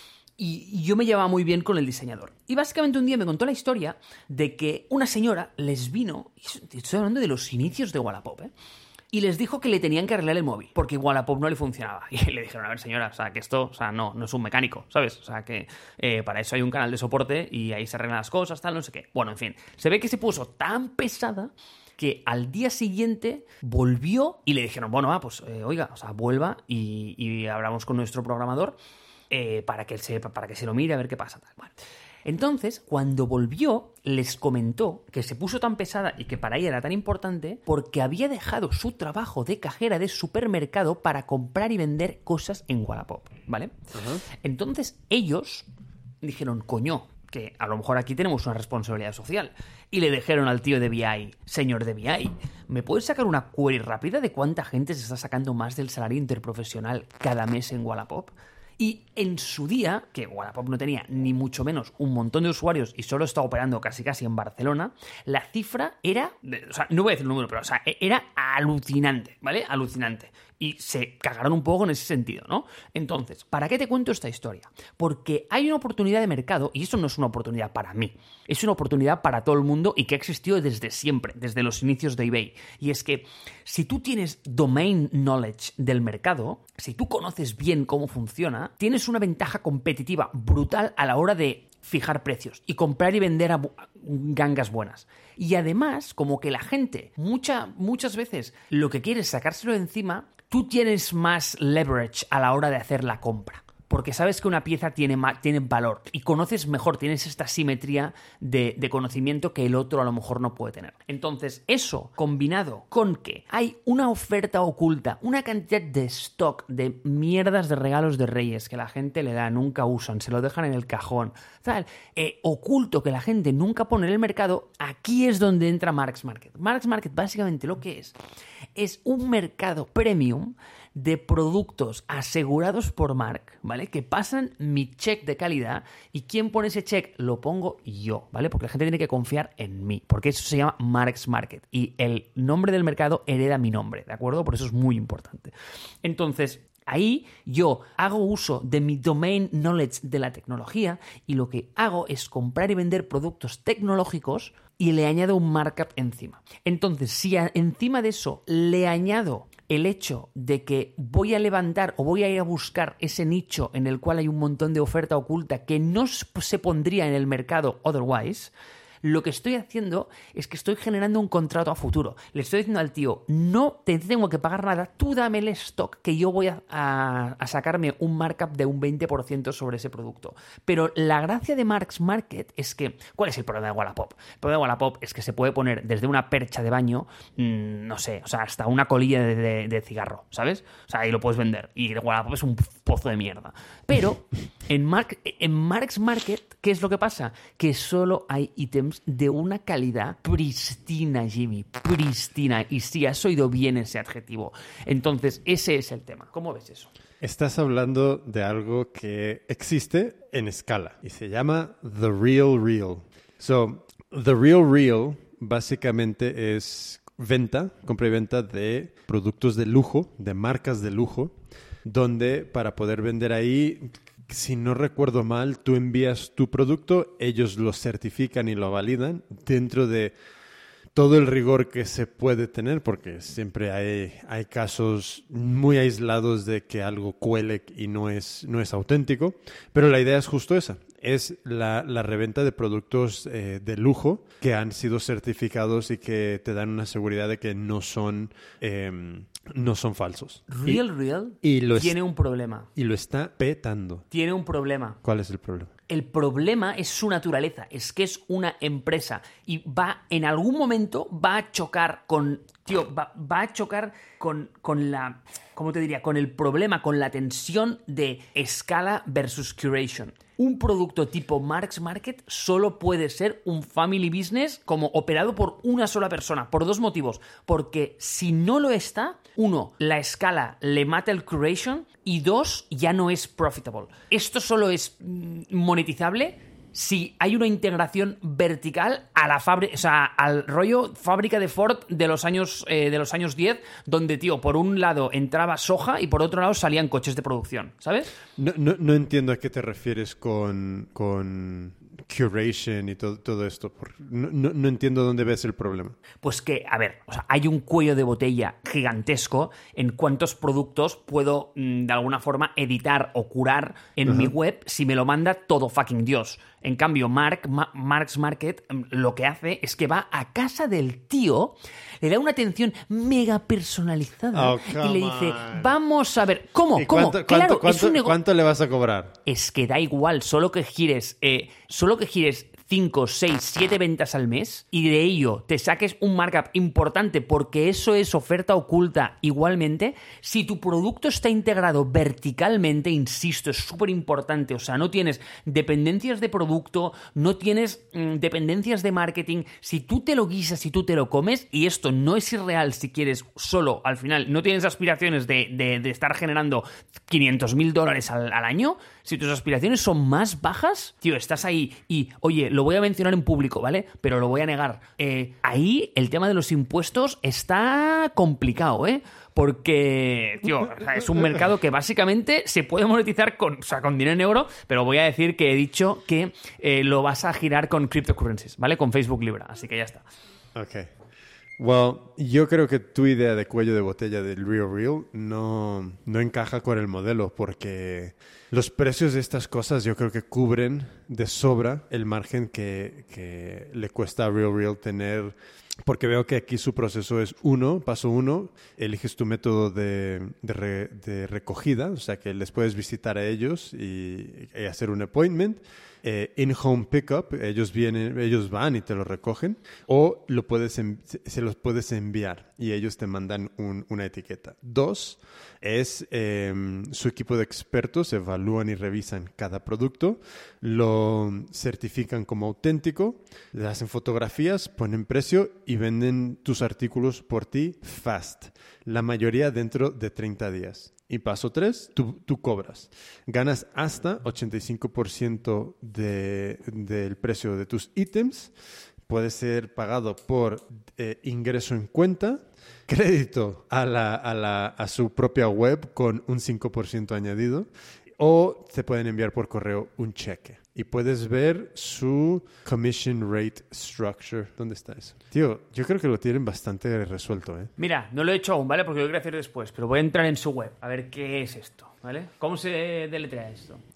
Y yo me llevaba muy bien con el diseñador. Y básicamente un día me contó la historia de que una señora les vino, y estoy hablando de los inicios de Wallapop, ¿eh? Y les dijo que le tenían que arreglar el móvil, porque Wallapop no le funcionaba. Y le dijeron, a ver, señora, o sea, que esto, o sea, no, no es un mecánico, ¿sabes? O sea, que eh, para eso hay un canal de soporte y ahí se arreglan las cosas, tal, no sé qué. Bueno, en fin, se ve que se puso tan pesada que al día siguiente volvió y le dijeron, bueno, ah, pues, eh, oiga, o sea, vuelva y, y hablamos con nuestro programador eh, para, que se, para que se lo mire a ver qué pasa, tal. Bueno. Entonces, cuando volvió, les comentó que se puso tan pesada y que para ella era tan importante porque había dejado su trabajo de cajera de supermercado para comprar y vender cosas en Wallapop, ¿vale? Uh-huh. Entonces, ellos dijeron, coño, que a lo mejor aquí tenemos una responsabilidad social. Y le dijeron al tío de B I, señor de B I, ¿me puedes sacar una query rápida de cuánta gente se está sacando más del salario interprofesional cada mes en Wallapop? Y en su día, que Wallapop no tenía ni mucho menos un montón de usuarios y solo estaba operando casi casi en Barcelona, la cifra era, o sea, no voy a decir el número, pero o sea, era alucinante, ¿vale? Alucinante. Y se cagaron un poco en ese sentido, ¿no? Entonces, ¿para qué te cuento esta historia? Porque hay una oportunidad de mercado, y eso no es una oportunidad para mí, es una oportunidad para todo el mundo y que ha existido desde siempre, desde los inicios de eBay. Y es que si tú tienes domain knowledge del mercado, si tú conoces bien cómo funciona, tienes una ventaja competitiva brutal a la hora de fijar precios y comprar y vender a gangas buenas. Y además, como que la gente mucha, muchas veces lo que quiere es sacárselo de encima, tú tienes más leverage a la hora de hacer la compra. Porque sabes que una pieza tiene, tiene valor y conoces mejor, tienes esta simetría de, de conocimiento que el otro a lo mejor no puede tener. Entonces, eso combinado con que hay una oferta oculta, una cantidad de stock de mierdas de regalos de Reyes que la gente le da, nunca usan, se lo dejan en el cajón, tal, eh, oculto que la gente nunca pone en el mercado, aquí es donde entra Mark's Market. Mark's Market básicamente lo que es, es un mercado premium de productos asegurados por Mark, ¿vale? Que pasan mi check de calidad y ¿quién pone ese check? Lo pongo yo, ¿vale? Porque la gente tiene que confiar en mí, porque eso se llama Mark's Market y el nombre del mercado hereda mi nombre, ¿de acuerdo? Por eso es muy importante. Entonces, ahí yo hago uso de mi domain knowledge de la tecnología y lo que hago es comprar y vender productos tecnológicos y le añado un markup encima. Entonces, si a, encima de eso le añado el hecho de que voy a levantar o voy a ir a buscar ese nicho en el cual hay un montón de oferta oculta que no se pondría en el mercado otherwise, lo que estoy haciendo es que estoy generando un contrato a futuro. Le estoy diciendo al tío, no te tengo que pagar nada, tú dame el stock que yo voy a, a, a sacarme un markup de un veinte por ciento sobre ese producto. Pero la gracia de Mark's Market es que, ¿cuál es el problema de Wallapop? El problema de Wallapop es que se puede poner desde una percha de baño, mmm, no sé, o sea, hasta una colilla de, de, de cigarro, ¿sabes? O sea, ahí lo puedes vender. Y Wallapop es un pozo de mierda. Pero en, Mark, en Mark's Market, ¿qué es lo que pasa? Que solo hay ítems de una calidad pristina, Jimmy, pristina. Y sí, has oído bien ese adjetivo. Entonces, ese es el tema. ¿Cómo ves eso? Estás hablando de algo que existe en escala y se llama The Real Real. So, The Real Real básicamente es venta, compra y venta de productos de lujo, de marcas de lujo, donde para poder vender ahí, si no recuerdo mal, tú envías tu producto, ellos lo certifican y lo validan dentro de todo el rigor que se puede tener, porque siempre hay, hay casos muy aislados de que algo cuele y no es, no es auténtico, pero la idea es justo esa. Es la, la reventa de productos eh, de lujo que han sido certificados y que te dan una seguridad de que no son, eh, no son falsos. Real y, Real y lo tiene es, un problema. Y lo está petando. Tiene un problema. ¿Cuál es el problema? El problema es su naturaleza, es que es una empresa y va, en algún momento, va a chocar con, tío, va, va a chocar con, con la, ¿cómo te diría? Con el problema, con la tensión de escala versus curation. Un producto tipo Mark's Market solo puede ser un family business como operado por una sola persona, por dos motivos. Porque si no lo está, uno, la escala le mata el curation y dos, ya no es profitable. Esto solo es monetizable si hay una integración vertical a la fábrica, o sea, al rollo fábrica de Ford de los años eh, de los años diez, donde, tío, por un lado entraba soja y por otro lado salían coches de producción, ¿sabes? No, no, no entiendo a qué te refieres con, con curation y todo, todo esto. No, no, no entiendo dónde ves el problema. Pues que, a ver, o sea, hay un cuello de botella gigantesco en cuántos productos puedo, de alguna forma, editar o curar en uh-huh. mi web si me lo manda todo fucking Dios. En cambio, Mark, Ma- Mark's Market lo que hace es que va a casa del tío, le da una atención mega personalizada oh, y le dice, on. vamos a ver, ¿cómo? ¿Y ¿Cómo? cuánto, Claro, cuánto, es un cuánto, nego- ¿Cuánto le vas a cobrar? Es que da igual, solo que gires, eh, solo que gires cinco, seis, siete ventas al mes y de ello te saques un markup importante porque eso es oferta oculta igualmente. Si tu producto está integrado verticalmente, insisto, es súper importante, o sea, no tienes dependencias de producto, no tienes mmm, dependencias de marketing, si tú te lo guisas y tú te lo comes, y esto no es irreal si quieres solo, al final, no tienes aspiraciones de, de, de estar generando quinientos mil dólares al, al año, si tus aspiraciones son más bajas, tío, estás ahí y, oye, lo voy a mencionar en público, ¿vale? Pero lo voy a negar. Eh, ahí el tema de los impuestos está complicado, ¿eh? Porque, tío, o sea, es un mercado que básicamente se puede monetizar con, o sea, con dinero en euro, pero voy a decir que he dicho que eh, lo vas a girar con cryptocurrencies, ¿vale? Con Facebook Libra, así que ya está. Ok. Well, yo creo que tu idea de cuello de botella del Real Real no, no encaja con el modelo porque los precios de estas cosas yo creo que cubren de sobra el margen que, que le cuesta a Real Real tener, porque veo que aquí su proceso es uno, paso uno, eliges tu método de, de, re, de recogida, o sea que les puedes visitar a ellos y, y hacer un appointment. Eh, in-home pickup, ellos vienen, ellos van y te lo recogen, o lo puedes en, se los puedes enviar y ellos te mandan un, una etiqueta. Dos, es eh, su equipo de expertos evalúan y revisan cada producto, lo certifican como auténtico, le hacen fotografías, ponen precio y venden tus artículos por ti fast, la mayoría dentro de treinta días. Y paso tres, tú, tú cobras. Ganas hasta ochenta y cinco por ciento de, del precio de tus ítems. Puede ser pagado por eh, ingreso en cuenta, crédito a, la, a, la, a su propia web con un cinco por ciento añadido, o te pueden enviar por correo un cheque. Y puedes ver su commission rate structure. ¿Dónde está eso? Tío, yo creo que lo tienen bastante resuelto, ¿eh? Mira, no lo he hecho aún, ¿vale? Porque lo quiero hacer después, pero voy a entrar en su web a ver qué es esto, ¿vale? ¿Cómo se deletrea esto?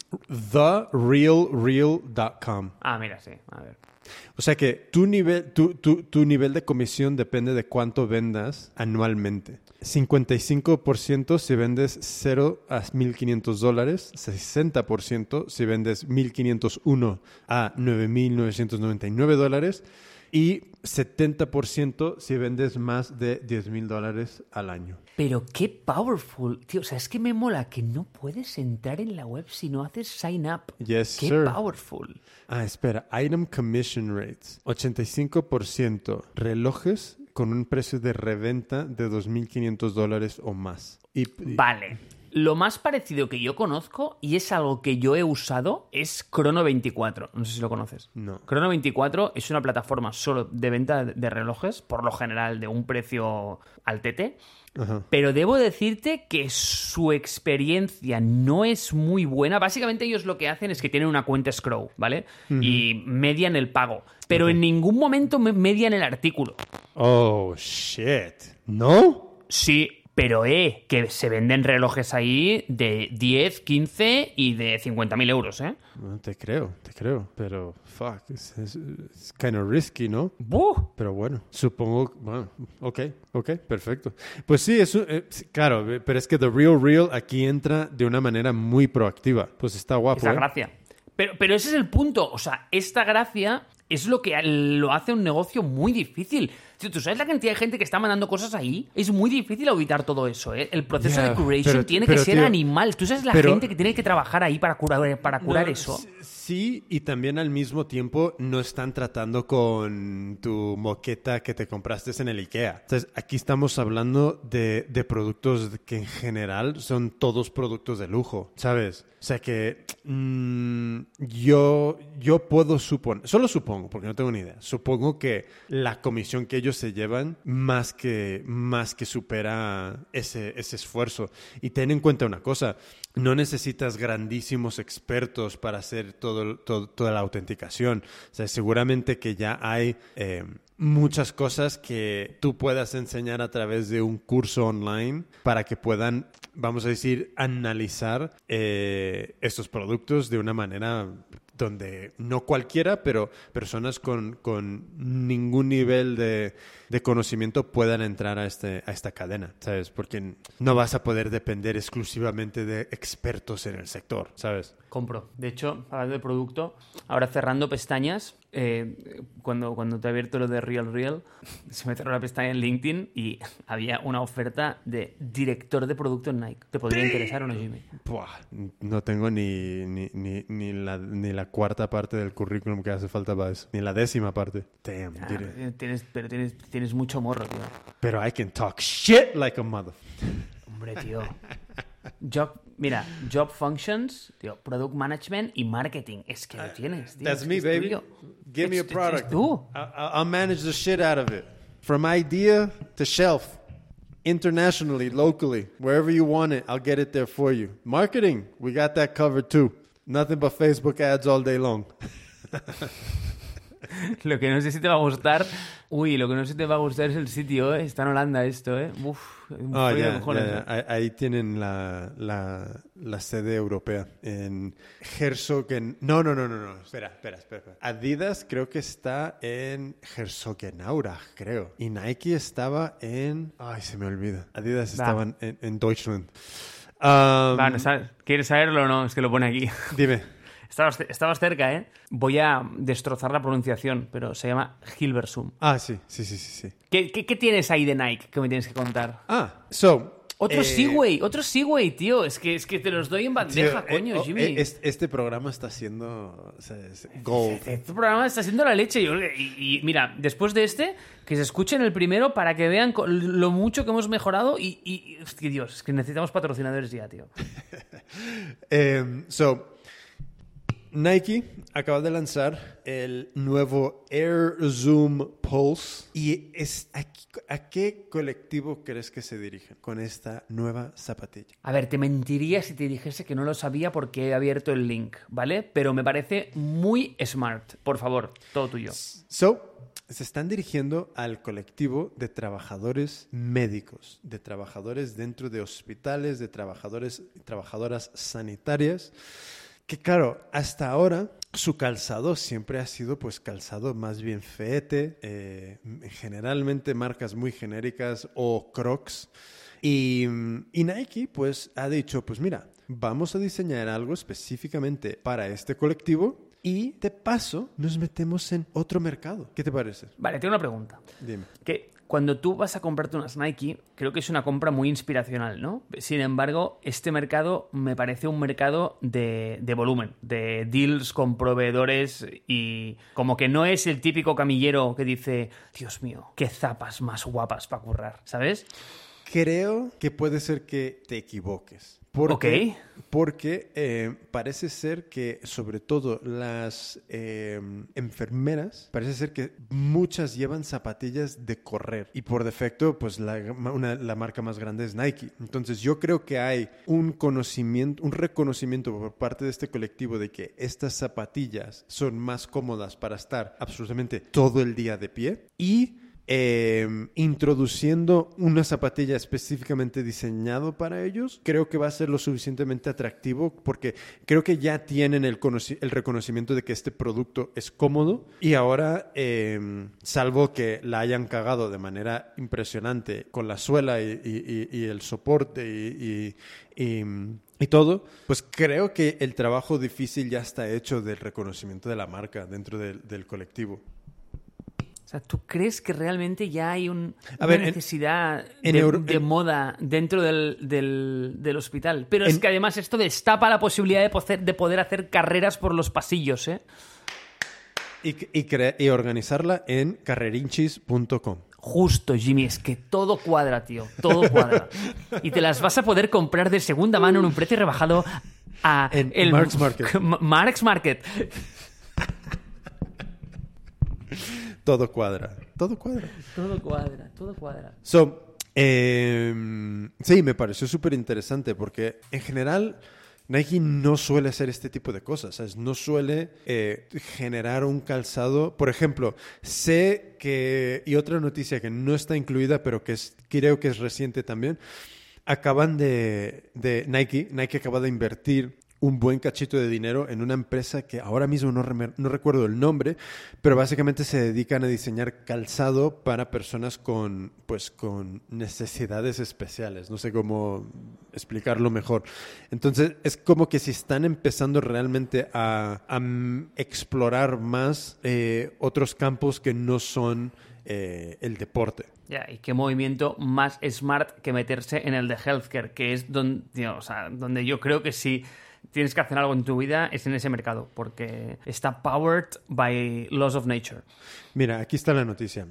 the real real dot com. Ah, mira, sí. A ver. O sea que tu nivel, tu, tu, tu nivel de comisión depende de cuánto vendas anualmente. cincuenta y cinco por ciento si vendes cero a mil quinientos dólares, sesenta por ciento si vendes mil quinientos uno a nueve mil novecientos noventa y nueve dólares y setenta por ciento si vendes más de diez mil dólares al año. Pero qué powerful, tío. O sea, es que me mola que no puedes entrar en la web si no haces sign up. Yes, qué sir. powerful. Ah, espera. Item commission rates. ochenta y cinco por ciento relojes con un precio de reventa de dos mil quinientos dólares o más. Y, y- Vale. Lo más parecido que yo conozco, y es algo que yo he usado, es Crono veinticuatro. No sé si lo conoces. No. Crono veinticuatro es una plataforma solo de venta de relojes, por lo general de un precio al tete. Ajá. Pero debo decirte que su experiencia no es muy buena. Básicamente ellos lo que hacen es que tienen una cuenta escrow, ¿vale? Uh-huh. Y median el pago. Pero uh-huh. en ningún momento median el artículo. Oh, shit. ¿No? Sí, pero eh, que se venden relojes ahí de diez, quince y de cincuenta mil euros, ¿eh? No, te creo, te creo. Pero, fuck, es, es, es kind of risky, ¿no? ¡Buh! Pero bueno, supongo... Bueno, ok, ok, perfecto. Pues sí, es, eh, claro, pero es que The Real Real aquí entra de una manera muy proactiva. Pues está guapo, Esa ¿eh? gracia. Pero, pero ese es el punto. O sea, esta gracia es lo que lo hace un negocio muy difícil. ¿Tú sabes la cantidad de gente que está mandando cosas ahí? Es muy difícil auditar todo eso, ¿eh? El proceso yeah, de curation pero, tiene pero, que ser tío, animal. ¿Tú sabes la pero, gente que tiene que trabajar ahí para curar, para curar no, eso? Sí, y también al mismo tiempo no están tratando con tu moqueta que te compraste en el IKEA. Entonces, aquí estamos hablando de, de productos que en general son todos productos de lujo, ¿sabes? O sea que mmm, yo, yo puedo suponer, solo supongo, porque no tengo ni idea, supongo que la comisión que ellos se llevan más que, más que supera ese, ese esfuerzo. Y ten en cuenta una cosa, no necesitas grandísimos expertos para hacer todo, todo, toda la autenticación. O sea, seguramente que ya hay eh, muchas cosas que tú puedas enseñar a través de un curso online para que puedan, vamos a decir, analizar eh, estos productos de una manera donde no cualquiera, pero personas con, con ningún nivel de, de conocimiento puedan entrar a, este, a esta cadena, ¿sabes? Porque no vas a poder depender exclusivamente de expertos en el sector, ¿sabes? Compro. De hecho, hablando de producto, ahora cerrando pestañas, eh, cuando, cuando te he abierto lo de Real Real, se me cerró la pestaña en LinkedIn y había una oferta de director de producto en Nike. ¿Te podría interesar o no, Jimmy? Buah, no tengo ni, ni, ni, ni, la, ni la cuarta parte del currículum que hace falta para eso. Ni la décima parte. Damn, ah, pero tienes, pero tienes, tienes mucho morro, tío. Pero I can talk shit like a mother. Hombre, tío. Job, mira, Job Functions, tío, Product Management y Marketing. Es que lo tienes, tío. That's es me, es baby. tuyo. Give me a Es- product. Es tú. I- I'll manage the shit out of it. From idea to shelf. Internationally, locally, wherever you want it, I'll get it there for you. Marketing, we got that covered too. Nothing but Facebook ads all day long. Lo que no sé si te va a gustar. Uy, lo que no sé si te va a gustar es el sitio, ¿eh? Está en Holanda esto, ¿eh? Uf, un Oh, frío de ya, cojones, ya, ¿eh? ya. Ahí- Ahí tienen la, la, la sede europea en Herzogen. No, no, no, no, no. Espera, espera, espera. espera. Adidas creo que está en Herzogenaurach, creo. Y Nike estaba en... Ay, se me olvida. Adidas Va. estaban en, en Deutschland. Um, Va, no sabes- ¿Quieres saberlo o no? Es que lo pone aquí. Dime. Estabas, estabas cerca, ¿eh? Voy a destrozar la pronunciación, pero se llama Hilversum. Ah, sí, sí, sí, sí, sí. ¿Qué, qué, qué tienes ahí de Nike que me tienes que contar? Ah, so... Otro eh, Segway, otro Segway, tío. Es que, es que te los doy en bandeja, tío, eh, coño, oh, Jimmy. eh, Este, este programa está siendo... O sea, es gold. Este programa está siendo la leche. Yo- y, y mira, después de este, que se escuchen el primero para que vean co- lo mucho que hemos mejorado. Y, y, y- hostia, Dios, es que necesitamos patrocinadores ya, tío. Um, so, Nike acaba de lanzar el nuevo Air Zoom Pulse. ¿Y es, a, a qué colectivo crees que se dirigen con esta nueva zapatilla? A ver, te mentiría si te dijese que no lo sabía porque he abierto el link, ¿vale? Pero me parece muy smart. Por favor, todo tuyo. So, se están dirigiendo al colectivo de trabajadores médicos, de trabajadores dentro de hospitales, de trabajadores y trabajadoras sanitarias que claro, hasta ahora su calzado siempre ha sido pues calzado más bien feete, eh, generalmente marcas muy genéricas o Crocs. Y, y Nike pues ha dicho, pues mira, vamos a diseñar algo específicamente para este colectivo y de paso nos metemos en otro mercado. ¿Qué te parece? Vale, tengo una pregunta. Dime. Que cuando tú vas a comprarte unas Nike, creo que es una compra muy inspiracional, ¿no? Sin embargo, este mercado me parece un mercado de, de volumen, de deals con proveedores y como que no es el típico camillero que dice, Dios mío, qué zapas más guapas para currar, ¿sabes? Creo que puede ser que te equivoques. Porque, Ok. Porque eh, parece ser que, sobre todo las eh, enfermeras, parece ser que muchas llevan zapatillas de correr. Y por defecto, pues la, una, la marca más grande es Nike. Entonces yo creo que hay un conocimiento, un reconocimiento por parte de este colectivo de que estas zapatillas son más cómodas para estar absolutamente todo el día de pie. Y Eh, introduciendo una zapatilla específicamente diseñado para ellos, creo que va a ser lo suficientemente atractivo porque creo que ya tienen el, conoci- el reconocimiento de que este producto es cómodo y ahora, eh, salvo que la hayan cagado de manera impresionante con la suela y, y, y, y el soporte y, y, y Y todo, pues creo que el trabajo difícil ya está hecho del reconocimiento de la marca dentro del, del colectivo. O sea, ¿tú crees que realmente ya hay un, A una ver, en- necesidad en de, Euro- de en- moda dentro del, del, del hospital? Pero es En- que además esto destapa la posibilidad de poder, de poder hacer carreras por los pasillos, ¿eh? Y, y, cre- y organizarla en carrerinchis punto com. Justo, Jimmy, es que todo cuadra, tío, todo cuadra. Y te las vas a poder comprar de segunda mano en un precio rebajado a En el Mark's Market. Mark's Market. Todo cuadra. Todo cuadra. Todo cuadra, todo cuadra. So, eh, sí, me pareció súper interesante porque en general Nike no suele hacer este tipo de cosas, ¿sabes? No suele eh, generar un calzado. Por ejemplo, sé que, y otra noticia que no está incluida, pero que es, creo que es reciente también, acaban de, de Nike, Nike acaba de invertir un buen cachito de dinero en una empresa que ahora mismo no, rem- no recuerdo el nombre, pero básicamente se dedican a diseñar calzado para personas con, pues, con necesidades especiales. No sé cómo explicarlo mejor. Entonces, es como que si están empezando realmente a, a mm, explorar más eh, otros campos que no son eh, el deporte. Ya, y qué movimiento más smart que meterse en el de healthcare, que es donde, tío, o sea, donde yo creo que si tienes que hacer algo en tu vida es en ese mercado, porque está powered by laws of nature. Mira, aquí está la noticia.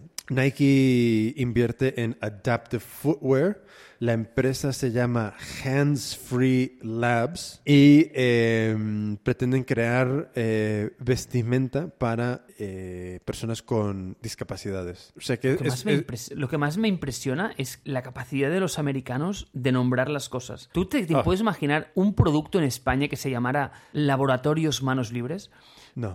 Nike invierte en Adaptive Footwear. La empresa se llama Hands Free Labs y eh, pretenden crear eh, vestimenta para eh, personas con discapacidades. O sea que Lo que, es- más me es- impres- lo que más me impresiona es la capacidad de los americanos de nombrar las cosas. ¿Tú te, te Ah. puedes imaginar un producto en España que se llamara Laboratorios Manos Libres? no.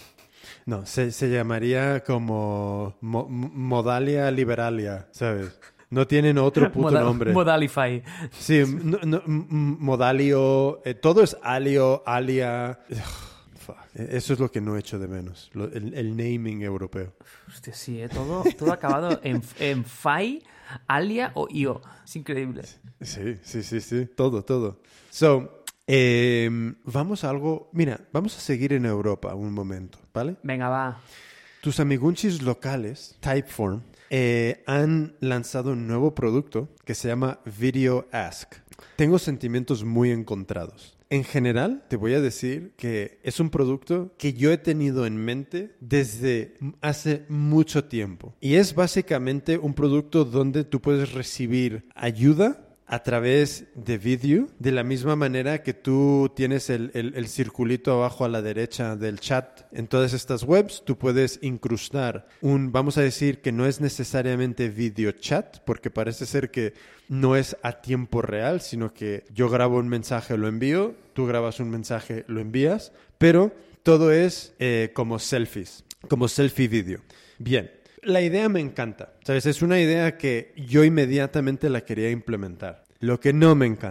No, se, se llamaría como mo- Modalia Liberalia, ¿sabes? No tienen otro puto Moda- nombre. Modalify. Sí, no- no, m- m- Modalio, eh, todo es Alio, Alia. Ugh, fuck. Eso es lo que no echo de menos, lo- el, el naming europeo. Hostia, sí, ¿eh? todo, todo acabado en, en Fai, Alia o Io. Es increíble. Sí, sí, sí, sí, todo, todo. So, eh, vamos a algo, mira, vamos a seguir en Europa un momento, ¿vale? Venga, va. Tus amigunchis locales, Typeform, eh, han lanzado un nuevo producto que se llama Video Ask. Tengo sentimientos muy encontrados. En general, te voy a decir que es un producto que yo he tenido en mente desde hace mucho tiempo. Y es básicamente un producto donde tú puedes recibir ayuda a través de vídeo, de la misma manera que tú tienes el, el, el circulito abajo a la derecha del chat. En todas estas webs tú puedes incrustar un, vamos a decir que no es necesariamente video chat, porque parece ser que no es a tiempo real, sino que yo grabo un mensaje, lo envío, tú grabas un mensaje, lo envías, pero todo es eh, como selfies, como selfie video. Bien. La idea me encanta, ¿sabes? Es una idea que yo inmediatamente la quería implementar. Lo que no me encanta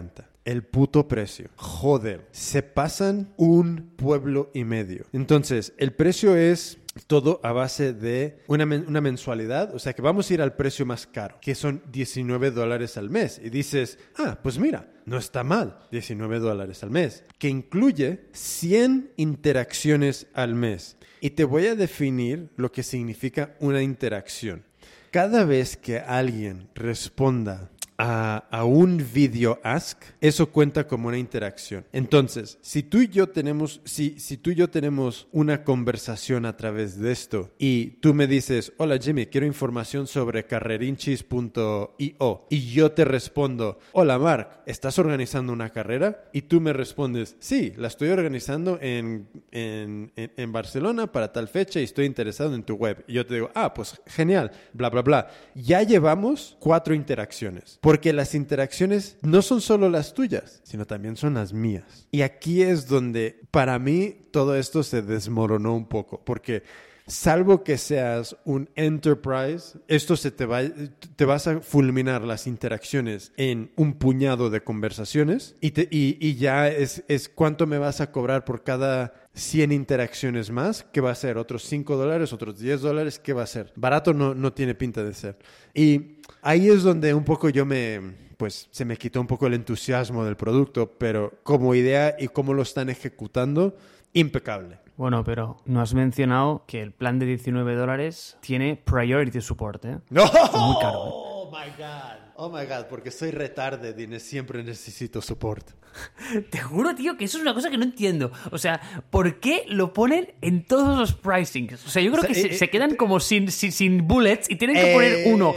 el puto precio. Joder, se pasan un pueblo y medio. Entonces, el precio es todo a base de una, men- una mensualidad, o sea que vamos a ir al precio más caro, que son diecinueve dólares al mes. Y dices, ah, pues mira, no está mal, diecinueve dólares al mes, que incluye cien interacciones al mes. Y te voy a definir lo que significa una interacción. Cada vez que alguien responda A, a un video ask, eso cuenta como una interacción. Entonces, si tú y yo tenemos, si, si tú y yo tenemos una conversación a través de esto y tú me dices, hola Jimmy, quiero información sobre carrerinchis punto io y yo te respondo, hola Mark, ¿estás organizando una carrera? Y tú me respondes, sí, la estoy organizando en, en, en, en Barcelona para tal fecha y estoy interesado en tu web. Y yo te digo, ah, pues genial, bla, bla, bla. Ya llevamos cuatro interacciones. Porque las interacciones no son solo las tuyas, sino también son las mías. Y aquí es donde, para mí, todo esto se desmoronó un poco. Porque, salvo que seas un enterprise, esto se te va, te vas a fulminar las interacciones en un puñado de conversaciones. Y, te, y, y ya es, es cuánto me vas a cobrar por cada cien interacciones más. ¿Qué va a ser? ¿Otros cinco dólares? ¿Otros diez dólares? ¿Qué va a ser? Barato no, no tiene pinta de ser. Y ahí es donde un poco yo me, pues se me quitó un poco el entusiasmo del producto, pero como idea y cómo lo están ejecutando, impecable. Bueno, pero no has mencionado que el plan de diecinueve dólares tiene priority support, ¿eh? ¡No! Es muy caro, ¿eh? Oh my God. Oh my God, porque soy retarde y siempre necesito support. Te juro, tío, que eso es una cosa que no entiendo. O sea, ¿por qué lo ponen en todos los pricings? O sea, yo creo O sea, que eh, se, se eh, quedan eh, como sin, sin, sin bullets y tienen que poner uno.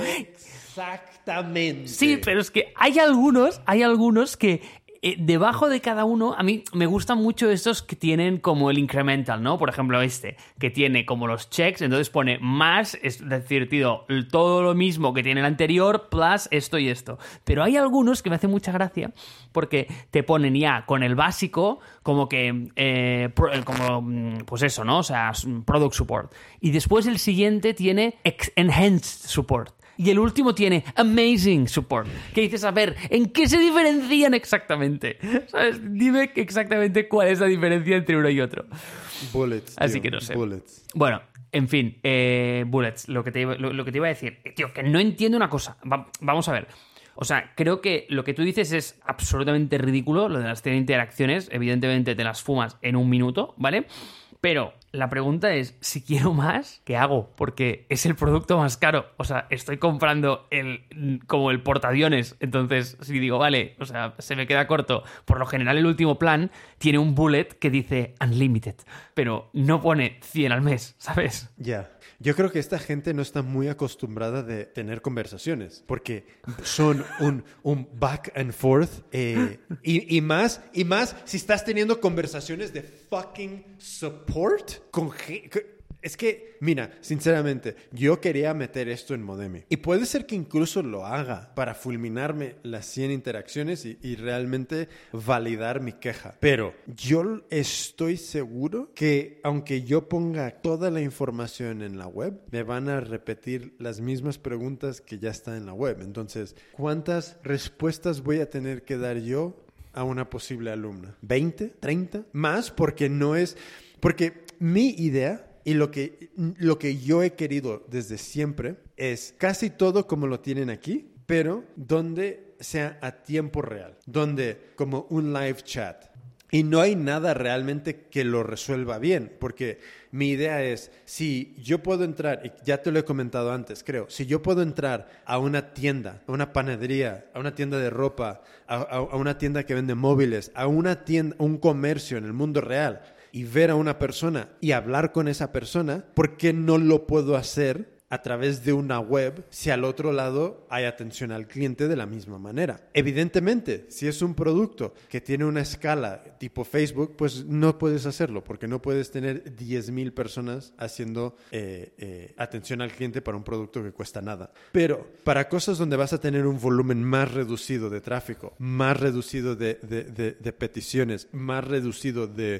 Exactamente. Sí, pero es que hay algunos, hay algunos que eh, debajo de cada uno, a mí me gustan mucho estos que tienen como el incremental, ¿no? Por ejemplo, este, que tiene como los checks, entonces pone más, es decir, tío, todo lo mismo que tiene el anterior, plus esto y esto. Pero hay algunos que me hacen mucha gracia porque te ponen ya con el básico como que, eh, pro, como, pues eso, ¿no? O sea, product support. Y después el siguiente tiene ex- enhanced support. Y el último tiene Amazing Support. Que dices, a ver, ¿en qué se diferencian exactamente? ¿Sabes? Dime exactamente cuál es la diferencia entre uno y otro. Bullets. Así tío, que no sé. Bullets. Bueno, en fin, eh, Bullets, lo que, te, lo, lo que te iba a decir. Tío, que no entiendo una cosa. Va, vamos a ver. O sea, creo que lo que tú dices es absolutamente ridículo, lo de las cien interacciones. Evidentemente te las fumas en un minuto, ¿vale? Pero la pregunta es, si quiero más, ¿qué hago? Porque es el producto más caro. O sea, estoy comprando el como el portaaviones. Entonces, si digo, vale, o sea, se me queda corto. Por lo general, el último plan tiene un bullet que dice Unlimited. Pero no pone cien al mes, ¿sabes? Ya. Yeah. Yo creo que esta gente no está muy acostumbrada de tener conversaciones, porque son un, un back and forth eh, y, y más y más si estás teniendo conversaciones de fucking support con, con es que, mira, sinceramente, yo quería meter esto en Modemi. Y puede ser que incluso lo haga para fulminarme las cien interacciones y, y realmente validar mi queja. Pero yo estoy seguro que aunque yo ponga toda la información en la web, me van a repetir las mismas preguntas que ya están en la web. Entonces, ¿cuántas respuestas voy a tener que dar yo a una posible alumna? ¿veinte? ¿treinta? Más porque no es... Porque mi idea... Y lo que, lo que yo he querido desde siempre es casi todo como lo tienen aquí, pero donde sea a tiempo real, donde como un live chat. Y no hay nada realmente que lo resuelva bien, porque mi idea es, si yo puedo entrar, y ya te lo he comentado antes, creo, si yo puedo entrar a una tienda, a una panadería, a una tienda de ropa, a, a, a una tienda que vende móviles, a una tienda, a un comercio en el mundo real, y ver a una persona y hablar con esa persona, ¿por qué no lo puedo hacer a través de una web si al otro lado hay atención al cliente de la misma manera? Evidentemente, si es un producto que tiene una escala tipo Facebook, pues no puedes hacerlo porque no puedes tener diez mil personas haciendo eh, eh, atención al cliente para un producto que cuesta nada. Pero para cosas donde vas a tener un volumen más reducido de tráfico, más reducido de, de, de, de peticiones, más reducido de...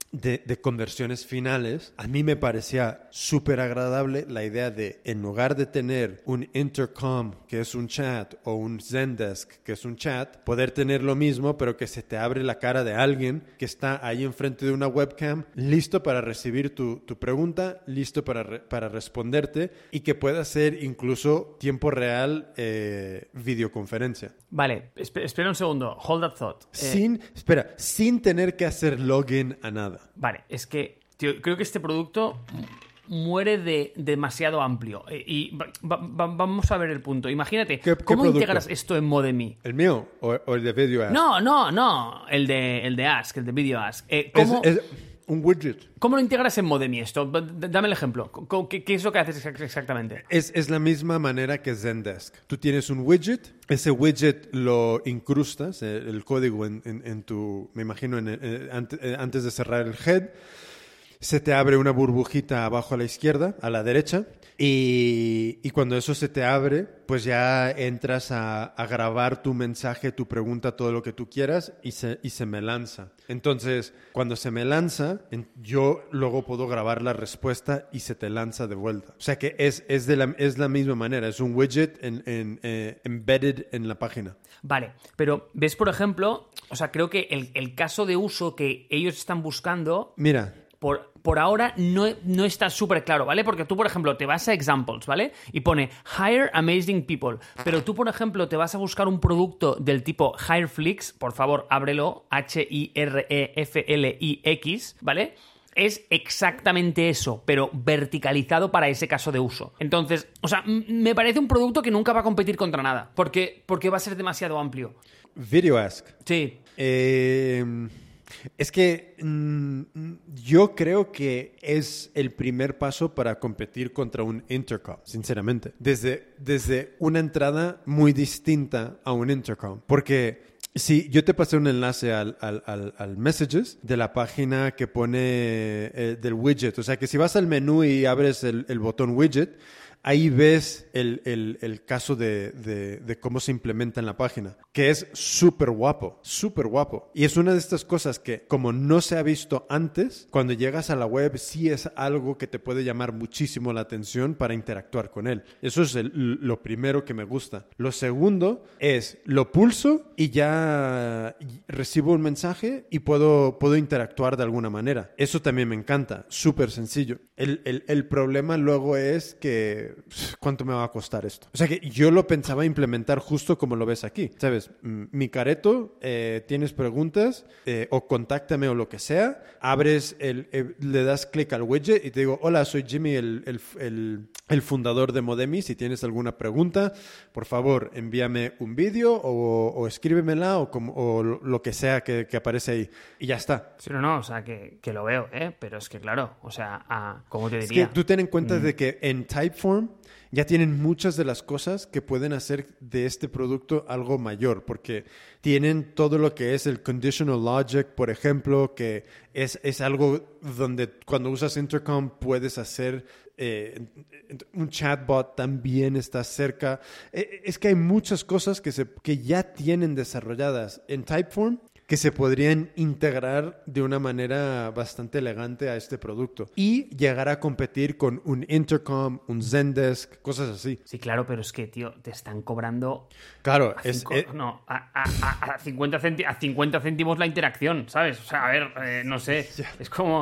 de, de conversiones finales, a mí me parecía súper agradable la idea de, en lugar de tener un intercom, que es un chat, o un Zendesk, que es un chat, poder tener lo mismo, pero que se te abre la cara de alguien que está ahí enfrente de una webcam, listo para recibir tu, tu pregunta, listo para, re, para responderte, y que pueda ser incluso tiempo real eh, videoconferencia. Vale, esp- espera un segundo. Hold that thought. Eh, Sin, espera, sin tener que hacer login a nada. Vale, es que tío, creo que este producto muere de demasiado amplio. Eh, y va, va, va, vamos a ver el punto. Imagínate, ¿Qué, ¿cómo qué integras esto en Modemy? ¿El mío o, o el de Video Ask? No, no, no. El de, el de Ask, el de Video Ask. Eh, ¿cómo, es, es un widget. ¿Cómo lo integras en Modemy esto? D- Dame el ejemplo. ¿Qué, ¿Qué es lo que haces exactamente? Es, es la misma manera que Zendesk. Tú tienes un widget, ese widget lo incrustas, el, el código en, en, en tu, me imagino, en, en, antes, antes de cerrar el head. Se te abre una burbujita abajo a la izquierda, a la derecha, y, y cuando eso se te abre, pues ya entras a, a grabar tu mensaje, tu pregunta, todo lo que tú quieras, y se, y se me lanza. Entonces, cuando se me lanza, en, yo luego puedo grabar la respuesta y se te lanza de vuelta. O sea que es, es, de la, es la misma manera, es un widget en, en, eh, embedded en la página. Vale, pero ves, por ejemplo, o sea, creo que el, el caso de uso que ellos están buscando... Mira... Por, por ahora no, no está súper claro, ¿vale? Porque tú, por ejemplo, te vas a Examples, ¿vale? Y pone Hire Amazing People. Pero tú, por ejemplo, te vas a buscar un producto del tipo Hireflix. Por favor, ábrelo. H I R E F L I X, ¿vale? Es exactamente eso, pero verticalizado para ese caso de uso. Entonces, o sea, m- me parece un producto que nunca va a competir contra nada. Porque, porque va a ser demasiado amplio. Video Ask. Sí. Eh... Es que mmm, yo creo que es el primer paso para competir contra un intercom, sinceramente. Desde, desde una entrada muy distinta a un intercom. Porque si yo te pasé un enlace al, al, al, al Messages de la página que pone eh, del widget. O sea que si vas al menú y abres el, el botón widget, ahí ves el, el, el caso de, de, de cómo se implementa en la página, que es súper guapo, súper guapo. Y es una de estas cosas que, como no se ha visto antes, cuando llegas a la web sí es algo que te puede llamar muchísimo la atención para interactuar con él. Eso es el, lo primero que me gusta. Lo segundo es, lo pulso y ya recibo un mensaje y puedo, puedo interactuar de alguna manera. Eso también me encanta, súper sencillo. El, el, el problema luego es que ¿cuánto me va a costar esto? O sea que yo lo pensaba implementar justo como lo ves aquí, ¿sabes? Mi careto, eh, tienes preguntas eh, o contáctame o lo que sea, abres, el, el, le das clic al widget y te digo, hola, soy Jimmy, el, el, el, el fundador de Modemy. Si tienes alguna pregunta, por favor, envíame un vídeo o, o escríbemela o, como, o lo que sea que, que aparece ahí. Y ya está. Sí, no, no, o sea, que, que lo veo, ¿eh? Pero es que, claro, o sea, a, ¿cómo te diría? Es que tú ten en cuenta mm. de que en Typeform ya tienen muchas de las cosas que pueden hacer de este producto algo mayor, porque tienen todo lo que es el conditional logic, por ejemplo, que es, es algo donde cuando usas Intercom puedes hacer eh, un chatbot, también está cerca. Eh, es que hay muchas cosas que, se, que ya tienen desarrolladas en Typeform que se podrían integrar de una manera bastante elegante a este producto y llegar a competir con un Intercom, un Zendesk, cosas así. Sí, claro, pero es que, tío, te están cobrando... Claro, a es... cinco, eh, no, a, a, a, a, cincuenta céntimos, a cincuenta céntimos la interacción, ¿sabes? O sea, a ver, eh, no sé, es como...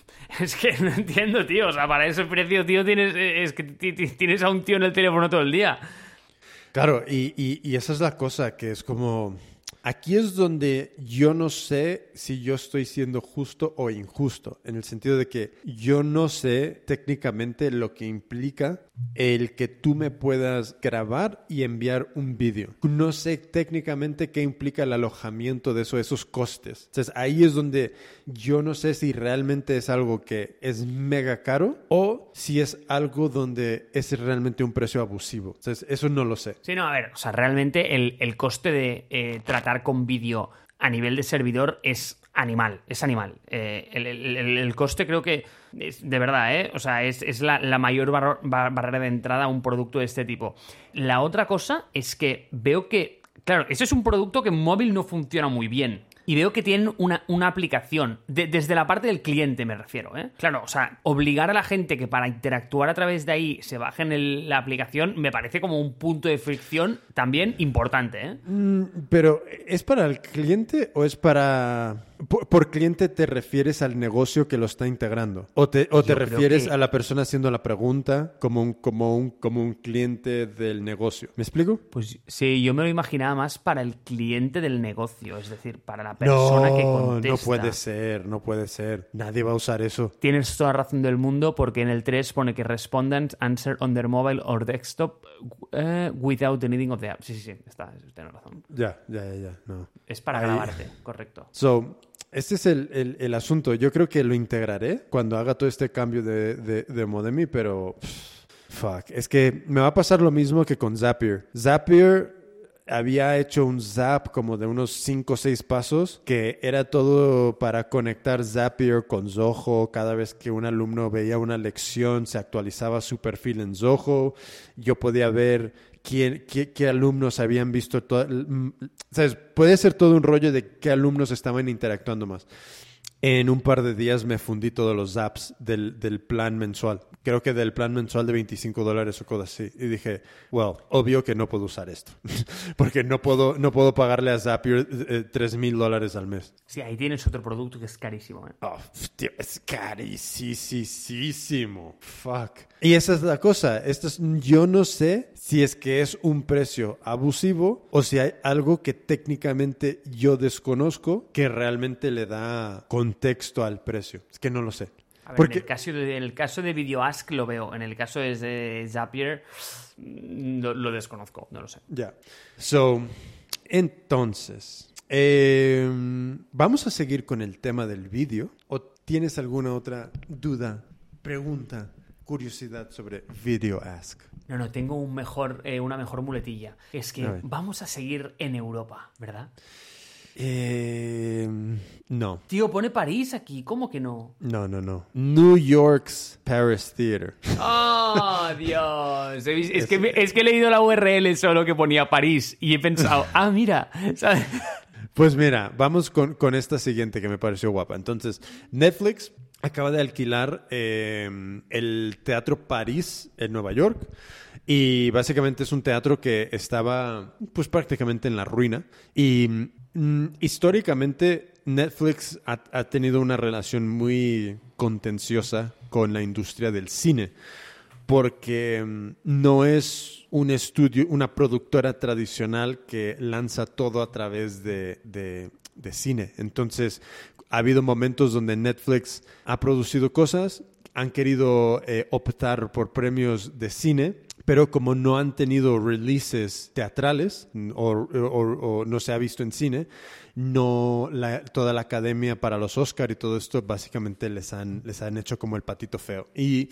Es que no entiendo, tío, o sea, para ese precio, tío, tienes, es que tienes a un tío en el teléfono todo el día. Claro, y, y, y esa es la cosa, que es como... Aquí es donde yo no sé si yo estoy siendo justo o injusto, en el sentido de que yo no sé técnicamente lo que implica el que tú me puedas grabar y enviar un vídeo. No sé técnicamente qué implica el alojamiento de eso, esos costes. Entonces ahí es donde yo no sé si realmente es algo que es mega caro o si es algo donde es realmente un precio abusivo. Entonces eso no lo sé. Sí, no, a ver, o sea, realmente el, el coste de eh, tratar con vídeo a nivel de servidor es animal, es animal. Eh, el, el, el coste creo que es, de verdad, ¿eh? O sea, es, es la, la mayor bar- bar- barrera de entrada a un producto de este tipo. La otra cosa es que veo que, claro, ese es un producto que en móvil no funciona muy bien. Y veo que tienen una, una aplicación, de, desde la parte del cliente me refiero, ¿eh? Claro, o sea, obligar a la gente que para interactuar a través de ahí se bajen el, la aplicación me parece como un punto de fricción también importante, ¿eh? Mm, pero, ¿es para el cliente o es para...? Por, por cliente te refieres al negocio que lo está integrando. ¿O te, o te refieres que... a la persona haciendo la pregunta como un, como, un, como un cliente del negocio? ¿Me explico? Pues sí, yo me lo imaginaba más para el cliente del negocio, es decir, para la persona no, que contesta. No puede ser, no puede ser. Nadie va a usar eso. Tienes toda la razón del mundo porque en el tres pone que respondents answer on their mobile or desktop uh, without the needing of the app. Sí, sí, sí, está, tienes razón. Ya, ya, ya, ya. No. Es para Ahí. grabarte, correcto. So, este es el, el, el asunto. Yo creo que lo integraré cuando haga todo este cambio de, de, de Modemi, pero... Fuck. Es que me va a pasar lo mismo que con Zapier. Zapier había hecho un zap como de unos cinco o seis pasos que era todo para conectar Zapier con Zoho. Cada vez que un alumno veía una lección se actualizaba su perfil en Zoho. Yo podía ver... ¿Quién, qué, qué alumnos habían visto todo, ¿sabes? Puede ser todo un rollo de qué alumnos estaban interactuando más. En un par de días me fundí todos los apps del, del plan mensual. Creo que del plan mensual de veinticinco dólares o cosas así. Y dije, well, obvio que no puedo usar esto. Porque no puedo, no puedo pagarle a Zapier eh, tres mil dólares al mes. Sí, ahí tienes otro producto que es carísimo. ¿eh? Oh, tío, es carísimo. Fuck. Y esa es la cosa. Esto es, yo no sé si es que es un precio abusivo o si hay algo que técnicamente yo desconozco que realmente le da contexto al precio. Es que no lo sé. A ver, Porque... en, el caso de, en el caso de VideoAsk lo veo. En el caso de Zapier lo, lo desconozco, no lo sé. Ya. Yeah. So, entonces, eh, ¿vamos a seguir con el tema del vídeo? ¿O tienes alguna otra duda, pregunta, curiosidad sobre VideoAsk? No, no, tengo un mejor, eh, una mejor muletilla. Es que vamos a seguir en Europa, ¿verdad? Eh, no. Tío, pone París aquí, ¿cómo que no? No, no, no. New York's Paris Theater. ¡Oh, Dios! Es, es, que, es que he leído la U R L solo que ponía París y he pensado, ah, mira, ¿sabes? Pues mira, vamos con, con esta siguiente que me pareció guapa. Entonces, Netflix acaba de alquilar eh, el Teatro París en Nueva York. Y básicamente es un teatro que estaba pues prácticamente en la ruina. Y mm, históricamente Netflix ha, ha tenido una relación muy contenciosa con la industria del cine. Porque mm, no es un estudio, una productora tradicional que lanza todo a través de, de, de cine. Entonces, ha habido momentos donde Netflix ha producido cosas, han querido eh, optar por premios de cine, pero como no han tenido releases teatrales o, o, o no se ha visto en cine, no la, toda la academia para los Oscar y todo esto básicamente les han, les han hecho como el patito feo. Y,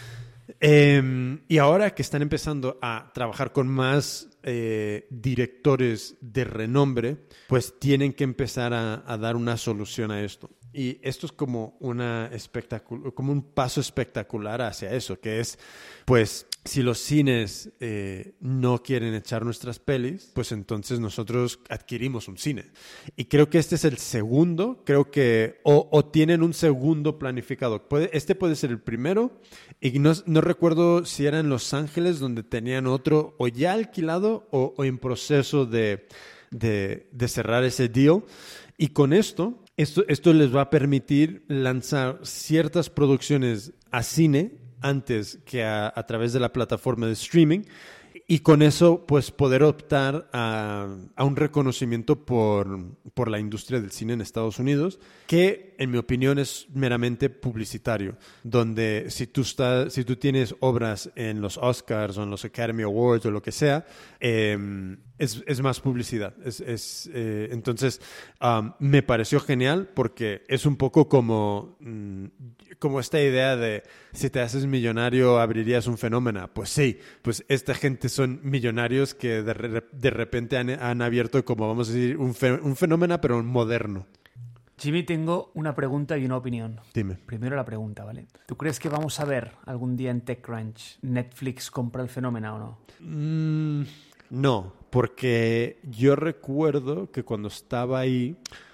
eh, y ahora que están empezando a trabajar con más eh, directores de renombre, pues tienen que empezar a, a dar una solución a esto. Y esto es como, una espectacu- como un paso espectacular hacia eso, que es, pues, si los cines eh, no quieren echar nuestras pelis, pues entonces nosotros adquirimos un cine. Y creo que este es el segundo, creo que, o, o tienen un segundo planificado. Puede, este puede ser el primero, y no, no recuerdo si era en Los Ángeles donde tenían otro, o ya alquilado, o, o en proceso de, de, de cerrar ese deal. Y con esto... Esto, esto les va a permitir lanzar ciertas producciones a cine antes que a, a través de la plataforma de streaming y con eso pues poder optar a, a un reconocimiento por, por la industria del cine en Estados Unidos que en mi opinión es meramente publicitario, donde si tú, estás, si tú tienes obras en los Oscars o en los Academy Awards o lo que sea, eh, es, es más publicidad. Es, es, eh, entonces, um, me pareció genial porque es un poco como, mm, como esta idea de si te haces millonario abrirías un fenómeno. Pues sí, pues esta gente son millonarios que de, re, de repente han, han abierto como, vamos a decir, un, fe, un fenómeno pero moderno. Jimmy, tengo una pregunta y una opinión. Dime. Primero la pregunta, ¿vale? ¿Tú crees que vamos a ver algún día en TechCrunch Netflix compra el fenómeno o no? Mm, no, porque yo recuerdo que cuando estaba ahí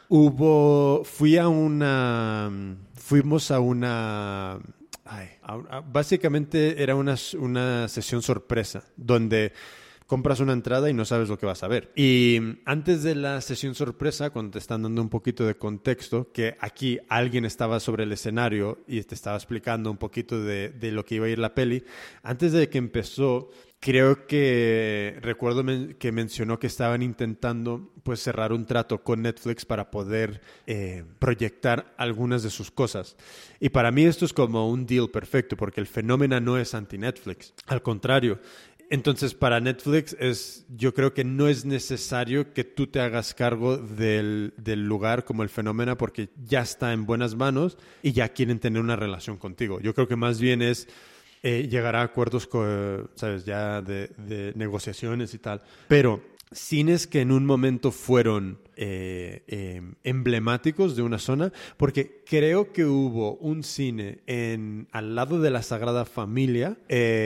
Hubo... Fui a una... Fuimos a una... Ay, a- a- básicamente era una, una sesión sorpresa donde compras una entrada y no sabes lo que vas a ver. Y antes de la sesión sorpresa, cuando te están dando un poquito de contexto, que aquí alguien estaba sobre el escenario y te estaba explicando un poquito de, de lo que iba a ir la peli, antes de que empezó, creo que recuerdo men- que mencionó que estaban intentando pues cerrar un trato con Netflix para poder eh, proyectar algunas de sus cosas. Y para mí esto es como un deal perfecto, porque el fenómeno no es anti-Netflix. Al contrario. Entonces, para Netflix, es, yo creo que no es necesario que tú te hagas cargo del, del lugar como el fenómeno porque ya está en buenas manos y ya quieren tener una relación contigo. Yo creo que más bien es eh, llegar a acuerdos, con, ¿sabes? Ya de, de negociaciones y tal. Pero cines que en un momento fueron eh, eh, emblemáticos de una zona, porque creo que hubo un cine en, al lado de la Sagrada Familia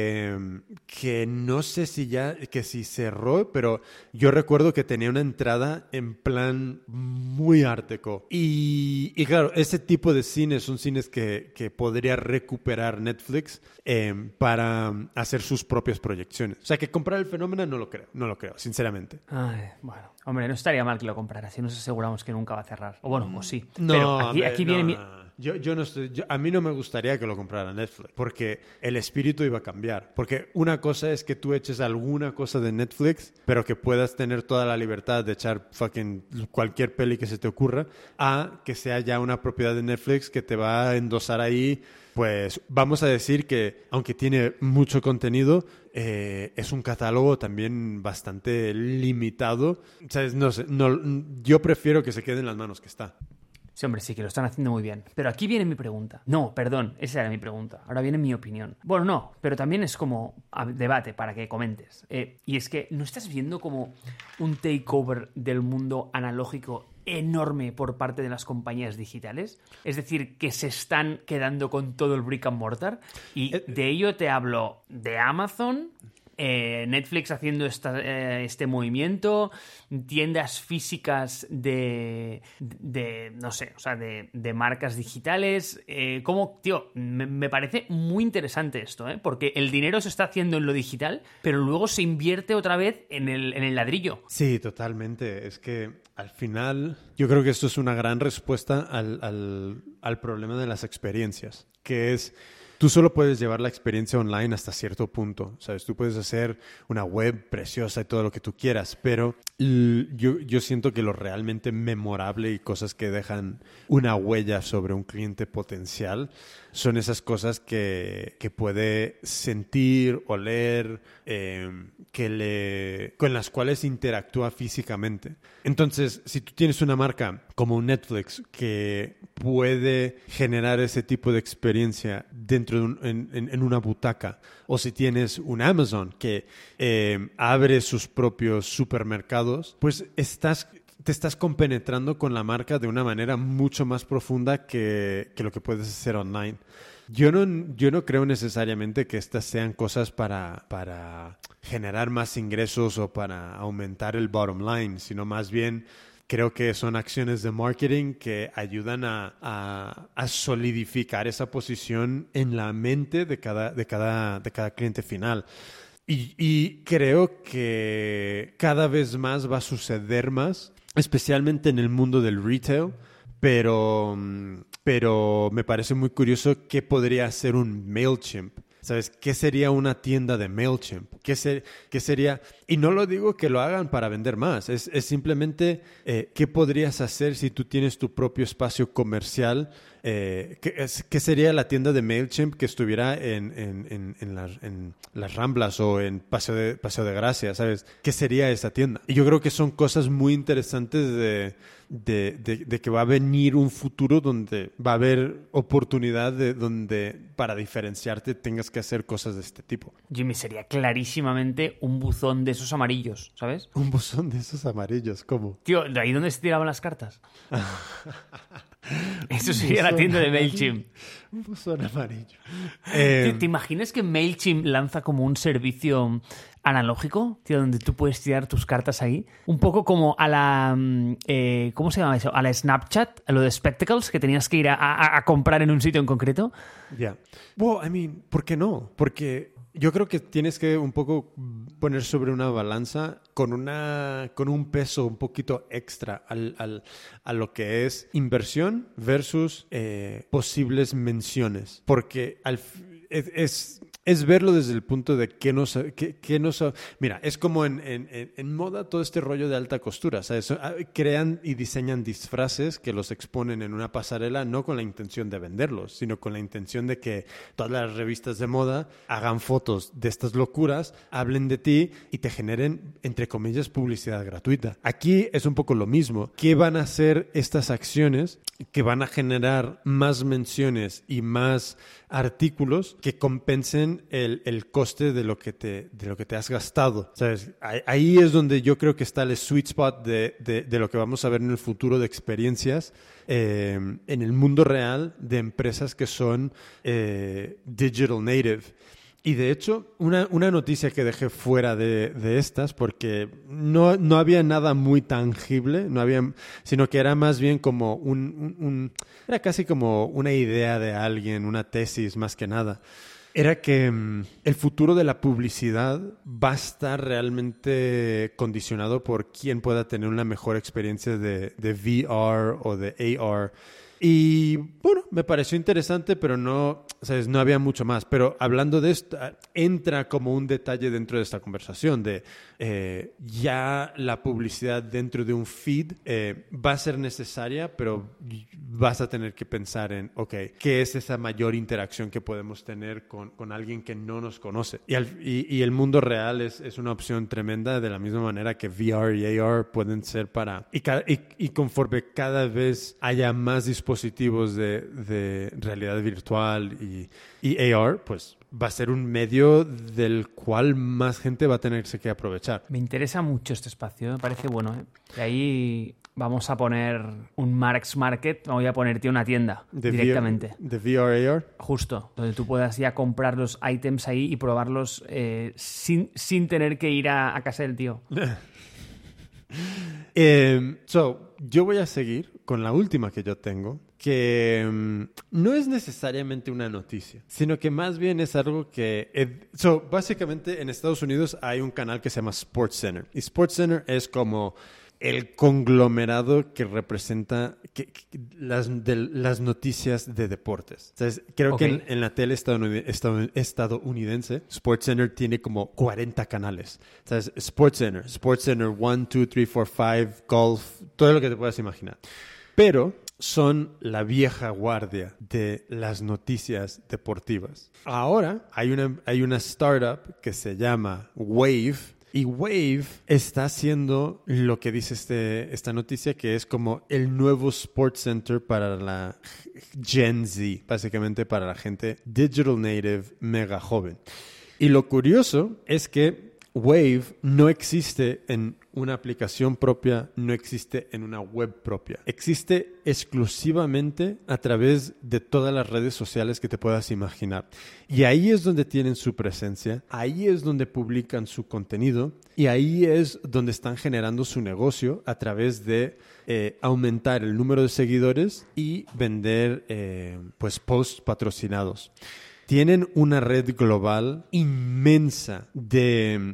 eh, que no sé si ya, que si cerró, pero yo recuerdo que tenía una entrada en plan muy art deco. Y, y claro, ese tipo de cines son cines que, que podría recuperar Netflix eh, para hacer sus propias proyecciones. O sea, que comprar el fenómeno no lo creo, no lo creo, sinceramente. Ay, bueno, hombre, no estaría mal que lo comprara, si nos aseguramos que nunca va a cerrar. O bueno, o sí. No, Pero aquí, aquí no, viene mi... no. Yo, yo no estoy, yo- a mí no me gustaría que lo comprara Netflix, porque el espíritu iba a cambiar. Porque una cosa es que tú eches alguna cosa de Netflix, pero que puedas tener toda la libertad de echar fucking cualquier peli que se te ocurra, a que sea ya una propiedad de Netflix que te va a endosar ahí. Pues vamos a decir que, aunque tiene mucho contenido, eh, es un catálogo también bastante limitado. ¿Sabes? No sé, no, yo prefiero que se quede en las manos que está. Sí, hombre, sí, que lo están haciendo muy bien. Pero aquí viene mi pregunta. No, perdón, esa era mi pregunta. Ahora viene mi opinión. Bueno, no, pero también es como a- debate para que comentes. Eh, y es que, ¿no estás viendo como un takeover del mundo analógico enorme por parte de las compañías digitales? Es decir, que se están quedando con todo el brick and mortar. Y Eh, de ello te hablo de Amazon... Eh, Netflix haciendo esta, eh, este movimiento, tiendas físicas de, de no sé, o sea, de, de marcas digitales. Eh, como, tío, me, me parece muy interesante esto, ¿eh? Porque el dinero se está haciendo en lo digital, pero luego se invierte otra vez en el, en el ladrillo. Sí, totalmente. Es que al final yo creo que esto es una gran respuesta al, al, al problema de las experiencias, que es... Tú solo puedes llevar la experiencia online hasta cierto punto, ¿sabes? Tú puedes hacer una web preciosa y todo lo que tú quieras, pero l- yo, yo siento que lo realmente memorable y cosas que dejan una huella sobre un cliente potencial son esas cosas que, que puede sentir, oler, eh, que le, con las cuales interactúa físicamente. Entonces, si tú tienes una marca como un Netflix que puede generar ese tipo de experiencia dentro de un, en, en, en una butaca, o si tienes un Amazon que eh, abre sus propios supermercados, pues estás... te estás compenetrando con la marca de una manera mucho más profunda que, que lo que puedes hacer online. Yo no, yo no creo necesariamente que estas sean cosas para, para generar más ingresos o para aumentar el bottom line, sino más bien creo que son acciones de marketing que ayudan a, a, a solidificar esa posición en la mente de cada, de cada, de cada cliente final. Y, y creo que cada vez más va a suceder más, especialmente en el mundo del retail, pero, pero me parece muy curioso qué podría ser un MailChimp. ¿Sabes? ¿Qué sería una tienda de MailChimp? ¿Qué, ser, qué sería? Y no lo digo que lo hagan para vender más, es, es simplemente eh, qué podrías hacer si tú tienes tu propio espacio comercial. Eh, ¿qué, es, ¿Qué sería la tienda de MailChimp que estuviera en, en, en, en, las, en las Ramblas o en Paseo de, Paseo de Gracia? ¿Sabes? ¿Qué sería esa tienda? Y yo creo que son cosas muy interesantes de, de, de, de que va a venir un futuro donde va a haber oportunidad de donde para diferenciarte tengas que hacer cosas de este tipo. Jimmy, sería clarísimamente un buzón de esos amarillos, ¿sabes? Un buzón de esos amarillos, ¿cómo? Tío, ¿de ahí donde se tiraban las cartas? Eso sería la la tienda de MailChimp. Un buzón amarillo. ¿Te, Eh, ¿Te imaginas que MailChimp lanza como un servicio analógico, tío, donde tú puedes tirar tus cartas ahí? Un poco como a la... mm, eh, ¿cómo se llama eso? A la Snapchat, a lo de Spectacles, que tenías que ir a, a- a comprar en un sitio en concreto. Ya. Well, I mean, ¿por qué no? Porque yo creo que tienes que un poco poner sobre una balanza con, una, con un peso un poquito extra al, al- a lo que es inversión versus eh, posibles menciones. Porque al, f- es, es, es verlo desde el punto de qué nos... Qué, qué nos mira, es como en, en, en- en moda todo este rollo de alta costura. ¿Sabes? Ah, crean y diseñan disfraces que los exponen en una pasarela no con la intención de venderlos, sino con la intención de que todas las revistas de moda hagan fotos de estas locuras, hablen de ti y te generen, entre comillas, publicidad gratuita. Aquí es un poco lo mismo. ¿Qué van a hacer estas acciones que van a generar más menciones y más artículos que compensen el, el coste de lo que te, de lo que te has gastado? ¿Sabes? Ahí, ahí es donde yo creo que está el sweet spot de, de, de lo que vamos a ver en el futuro de experiencias eh, en el mundo real de empresas que son eh, digital native. Y de hecho, una, una noticia que dejé fuera de, de estas, porque no, no había nada muy tangible, no había, sino que era más bien como un, un, un- era casi como una idea de alguien, una tesis más que nada. Era que mm, el futuro de la publicidad va a estar realmente condicionado por quién pueda tener una mejor experiencia de, de V R o de A R. Y bueno, me pareció interesante, pero no, ¿sabes? No había mucho más. Pero hablando de esto, entra como un detalle dentro de esta conversación de eh, ya la publicidad dentro de un feed eh, va a ser necesaria, pero vas a tener que pensar en, ok, ¿qué es esa mayor interacción que podemos tener con, con alguien que no nos conoce? Y, al, y, y el mundo real es, es una opción tremenda, de la misma manera que V R y A R pueden ser para... Y, ca, y, y conforme cada vez haya más dispositivos dispositivos de, de realidad virtual y, y A R, pues va a ser un medio del cual más gente va a tenerse que aprovechar. Me interesa mucho este espacio, me parece bueno, ¿eh? Y ahí vamos a poner un Mark's Market, voy a ponerte una tienda De directamente. V R, de V R A R. Justo, donde tú puedas ya comprar los ítems ahí y probarlos eh, sin, sin tener que ir a, a casa del tío. Eh, so, yo voy a seguir con la última que yo tengo, que um, no es necesariamente una noticia, sino que más bien es algo que... Eh, so, básicamente en Estados Unidos hay un canal que se llama SportsCenter. Y SportsCenter es como el conglomerado que representa que, que, las, de, las noticias de deportes. ¿Sabes? Creo okay. que en, en la tele estadounidense, estadounidense SportsCenter tiene como cuarenta canales. ¿Sabes? SportsCenter, SportsCenter uno, dos, tres, cuatro, cinco, golf, todo lo que te puedas imaginar. Pero son la vieja guardia de las noticias deportivas. Ahora hay una, hay una startup que se llama Wave. Y Wave está haciendo lo que dice este, esta noticia, que es como el nuevo SportsCenter para la Gen Z, básicamente para la gente digital native mega joven. Y lo curioso es que Wave no existe en una aplicación propia, no existe en una web propia. Existe exclusivamente a través de todas las redes sociales que te puedas imaginar. Y ahí es donde tienen su presencia, ahí es donde publican su contenido y ahí es donde están generando su negocio a través de eh, aumentar el número de seguidores y vender eh, pues posts patrocinados. Tienen una red global inmensa de,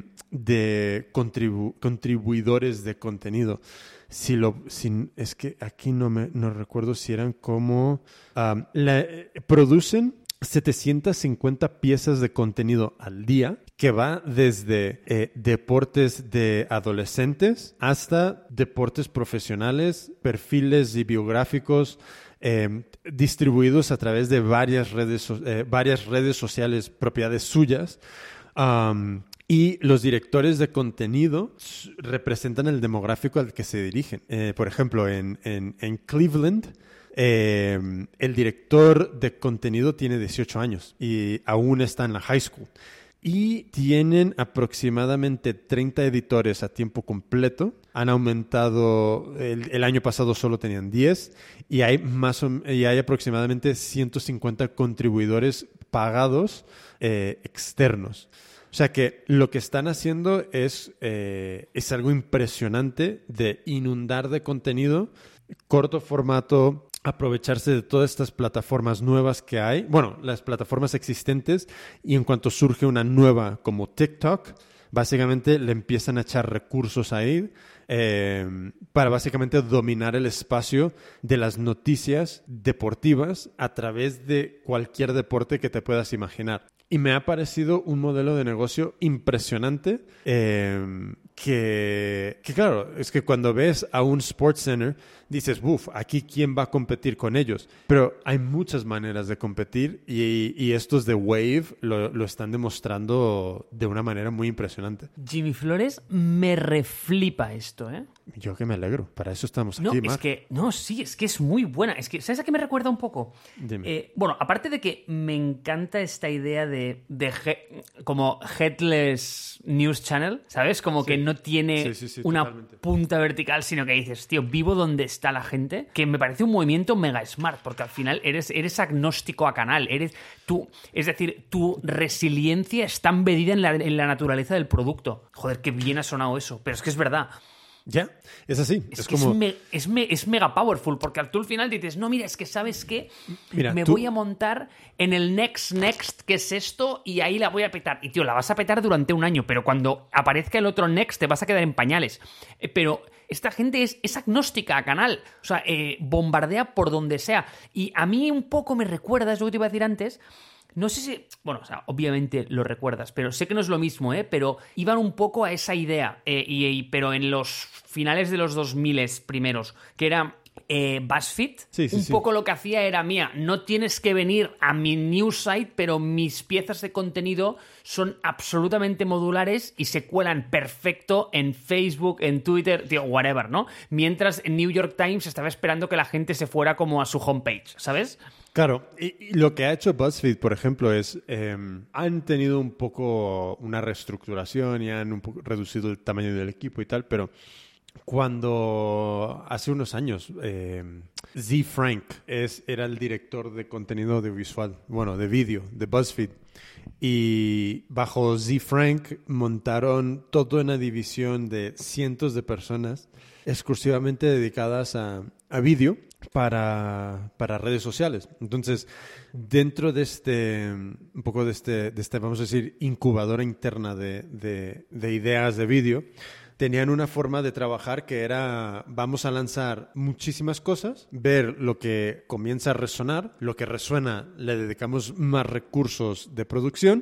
de contribu, contribuidores de contenido. Si lo, si, es que aquí no, me, no recuerdo si eran como... Um, la, producen setecientas cincuenta piezas de contenido al día, que va desde eh, deportes de adolescentes hasta deportes profesionales, perfiles y biográficos, Eh, distribuidos a través de varias redes, eh, varias redes sociales, propiedades suyas. Um, y los directores de contenido representan el demográfico al que se dirigen. Eh, por ejemplo, en, en, en Cleveland, eh, el director de contenido tiene dieciocho años y aún está en la high school. y tienen aproximadamente treinta editores a tiempo completo. Han aumentado, el, el año pasado solo tenían diez y hay, más o, y hay aproximadamente ciento cincuenta contribuidores pagados eh, externos. O sea que lo que están haciendo es, eh, es algo impresionante de inundar de contenido, corto formato, aprovecharse de todas estas plataformas nuevas que hay, bueno, las plataformas existentes, y en cuanto surge una nueva como TikTok, básicamente le empiezan a echar recursos ahí eh, para básicamente dominar el espacio de las noticias deportivas a través de cualquier deporte que te puedas imaginar. Y me ha parecido un modelo de negocio impresionante eh, que, que, claro, es que cuando ves a un SportsCenter dices, buf, aquí quién va a competir con ellos. Pero hay muchas maneras de competir y, y estos de Wave lo, lo están demostrando de una manera muy impresionante. Jimmy Flores, me reflipa esto, ¿eh? Yo que me alegro, para eso estamos no, aquí, es Marc. que No, sí, es que es muy buena. Es que, ¿sabes a qué me recuerda un poco? Dime. Eh, bueno, aparte de que me encanta esta idea de, de he, como headless news channel, ¿sabes? Como Sí. que no tiene Sí, sí, sí, una totalmente. punta vertical, sino que dices, tío, vivo donde está la gente, que me parece un movimiento mega smart, porque al final eres, eres agnóstico a canal, eres tú, es decir, tu resiliencia está embedida en la, en la naturaleza del producto. Joder, qué bien ha sonado eso, pero es que es verdad. Ya, es así. Es, Es, que como... es, me, es, me, es mega powerful, porque tú al final dices, no, mira, es que ¿sabes qué? Mira, me tú- voy a montar en el next, next, que es esto, y ahí la voy a petar. Y tío, la vas a petar durante un año, pero cuando aparezca el otro next te vas a quedar en pañales. Eh, pero esta gente es, es agnóstica a canal, o sea, eh, bombardea por donde sea. Y a mí un poco me recuerda, es lo que te iba a decir antes. No sé si... Bueno, o sea, obviamente lo recuerdas, pero sé que no es lo mismo, ¿eh? Pero iban un poco a esa idea, eh, y, y- pero en los finales de los dos mil primeros, que era eh, BuzzFeed. Sí, sí, un sí. poco lo que hacía era, mía, no tienes que venir a mi news site, pero mis piezas de contenido son absolutamente modulares y se cuelan perfecto en Facebook, en Twitter, tío, whatever, ¿no? Mientras en New York Times estaba esperando que la gente se fuera como a su homepage, ¿sabes? Claro, y, y lo que ha hecho BuzzFeed, por ejemplo, es eh, han tenido un poco una reestructuración y han un poco reducido el tamaño del equipo y tal, pero cuando hace unos años eh, Z Frank es, era el director de contenido audiovisual, bueno, de vídeo, de BuzzFeed, y bajo Z Frank montaron toda una división de cientos de personas exclusivamente dedicadas a, a vídeo para, para redes sociales. Entonces, dentro de este, un poco de este, de este, vamos a decir, incubadora interna de, de, de ideas de vídeo, tenían una forma de trabajar que era, vamos a lanzar muchísimas cosas, ver lo que comienza a resonar, lo que resuena le dedicamos más recursos de producción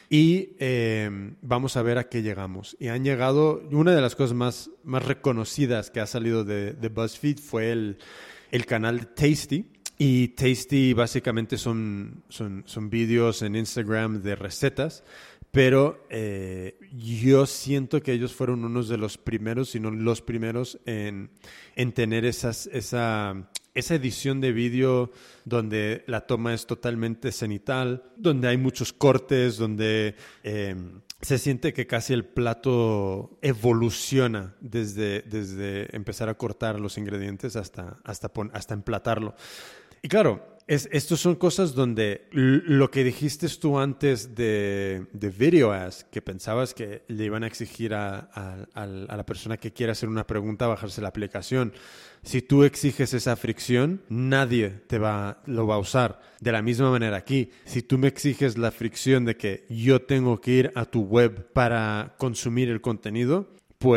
y eh, vamos a ver a qué llegamos. Y han llegado, una de las cosas más, más reconocidas que ha salido de, de BuzzFeed fue el, el canal de Tasty. Y Tasty básicamente son, son, son vídeos en Instagram de recetas, pero eh, yo siento que ellos fueron unos de los primeros, si no los primeros, en, en tener esas, esa, esa edición de vídeo donde la toma es totalmente cenital, donde hay muchos cortes, donde eh, se siente que casi el plato evoluciona desde, desde empezar a cortar los ingredientes hasta, hasta, pon, hasta emplatarlo. Y claro, es, estos son cosas donde l- lo que dijiste tú antes de, de Video Ask, que pensabas que le iban a exigir a, a, a la persona que quiera hacer una pregunta bajarse la aplicación. Si tú exiges esa fricción, nadie te va, lo va a usar. De la misma manera aquí, si tú me exiges la fricción de que yo tengo que ir a tu web para consumir el contenido,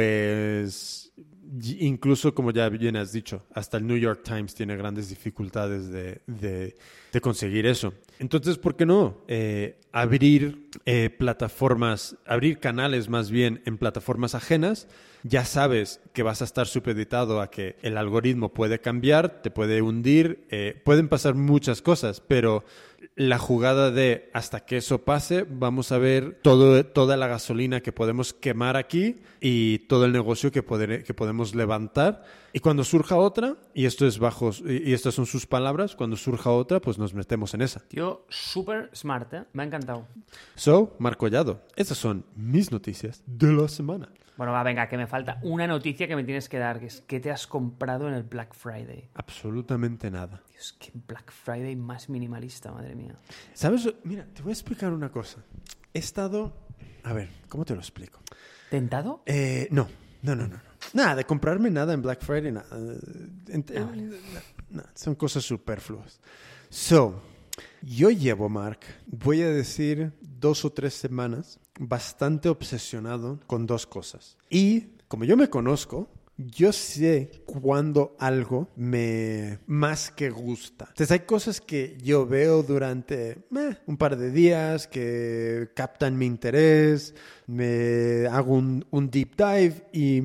pues... Incluso, como ya bien has dicho, hasta el New York Times tiene grandes dificultades de, de, de conseguir eso. Entonces, ¿por qué no eh, abrir eh, plataformas, abrir canales más bien en plataformas ajenas? Ya sabes que vas a estar supeditado a que el algoritmo puede cambiar, te puede hundir, eh, pueden pasar muchas cosas, pero la jugada de hasta que eso pase, vamos a ver todo, toda la gasolina que podemos quemar aquí y todo el negocio que, poder, que podemos levantar Y cuando surja otra, y esto es bajo, y, y estas son sus palabras, cuando surja otra, pues nos metemos en esa. Tío, súper smart, ¿eh? Me ha encantado. So, Marc Collado, estas son mis noticias de la semana. Bueno, va, venga, que me falta una noticia que me tienes que dar, que es ¿qué te has comprado en el Black Friday? Absolutamente nada. Dios, qué Black Friday más minimalista, madre mía. ¿Sabes? Mira, te voy a explicar una cosa. He estado... A ver, ¿cómo te lo explico? ¿Tentado? Eh, no, no, no, no. no. Nada, de comprarme nada en Black Friday, nada. Ent- Ah, vale. no, no, son cosas superfluas. So, yo llevo, Mark, voy a decir dos o tres semanas bastante obsesionado con dos cosas. Y como yo me conozco, yo sé cuando algo me más que gusta. Entonces hay cosas que yo veo durante eh, un par de días que captan mi interés, me hago un, un deep dive y...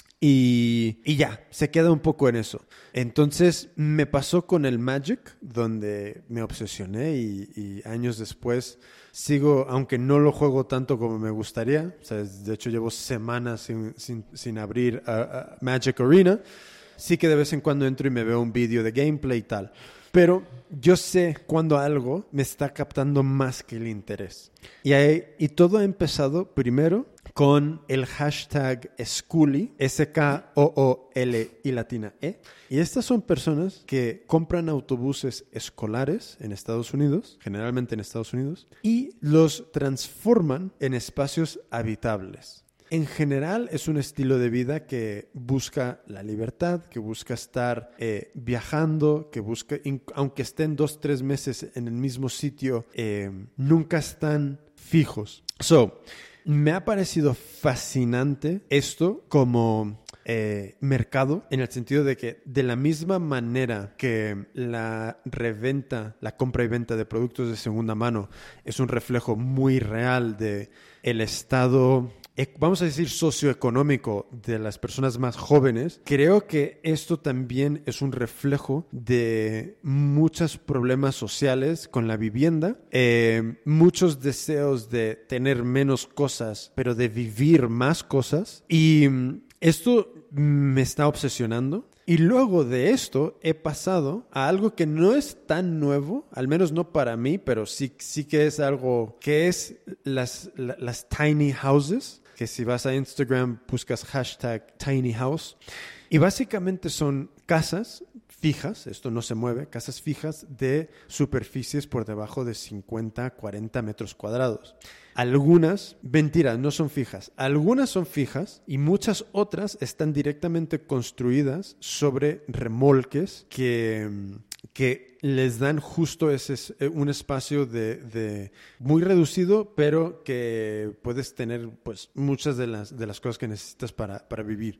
Y, y ya, se queda un poco en eso. Entonces me pasó con el Magic, donde me obsesioné y, y años después sigo, aunque no lo juego tanto como me gustaría. O sea, de hecho llevo semanas sin, sin, sin abrir a, a Magic Arena. Sí que de vez en cuando entro y me veo un vídeo de gameplay y tal. Pero yo sé cuando algo me está captando más que el interés. Y, ahí, y todo ha empezado primero con el hashtag Skooly, S K O O L y latina E. Y estas son personas que compran autobuses escolares en Estados Unidos, generalmente en Estados Unidos, y los transforman en espacios habitables. En general es un estilo de vida que busca la libertad, que busca estar eh, viajando, que busca, aunque estén dos, tres meses en el mismo sitio, eh, nunca están fijos. So, me ha parecido fascinante esto como eh, mercado, en el sentido de que de la misma manera que la reventa, la compra y venta de productos de segunda mano es un reflejo muy real de el estado, vamos a decir, socioeconómico de las personas más jóvenes, creo que esto también es un reflejo de muchos problemas sociales con la vivienda, eh, muchos deseos de tener menos cosas, pero de vivir más cosas. Y esto me está obsesionando. Y luego de esto he pasado a algo que no es tan nuevo, al menos no para mí, pero sí, sí que es algo que es las, la, las tiny houses, que si vas a Instagram buscas hashtag tiny house. Y básicamente son casas fijas, esto no se mueve, casas fijas de superficies por debajo de cincuenta, cuarenta metros cuadrados. Algunas, mentira, no son fijas. Algunas son fijas y muchas otras están directamente construidas sobre remolques que, que les dan justo ese, un espacio de, de muy reducido, pero que puedes tener pues muchas de las, de las cosas que necesitas para, para vivir.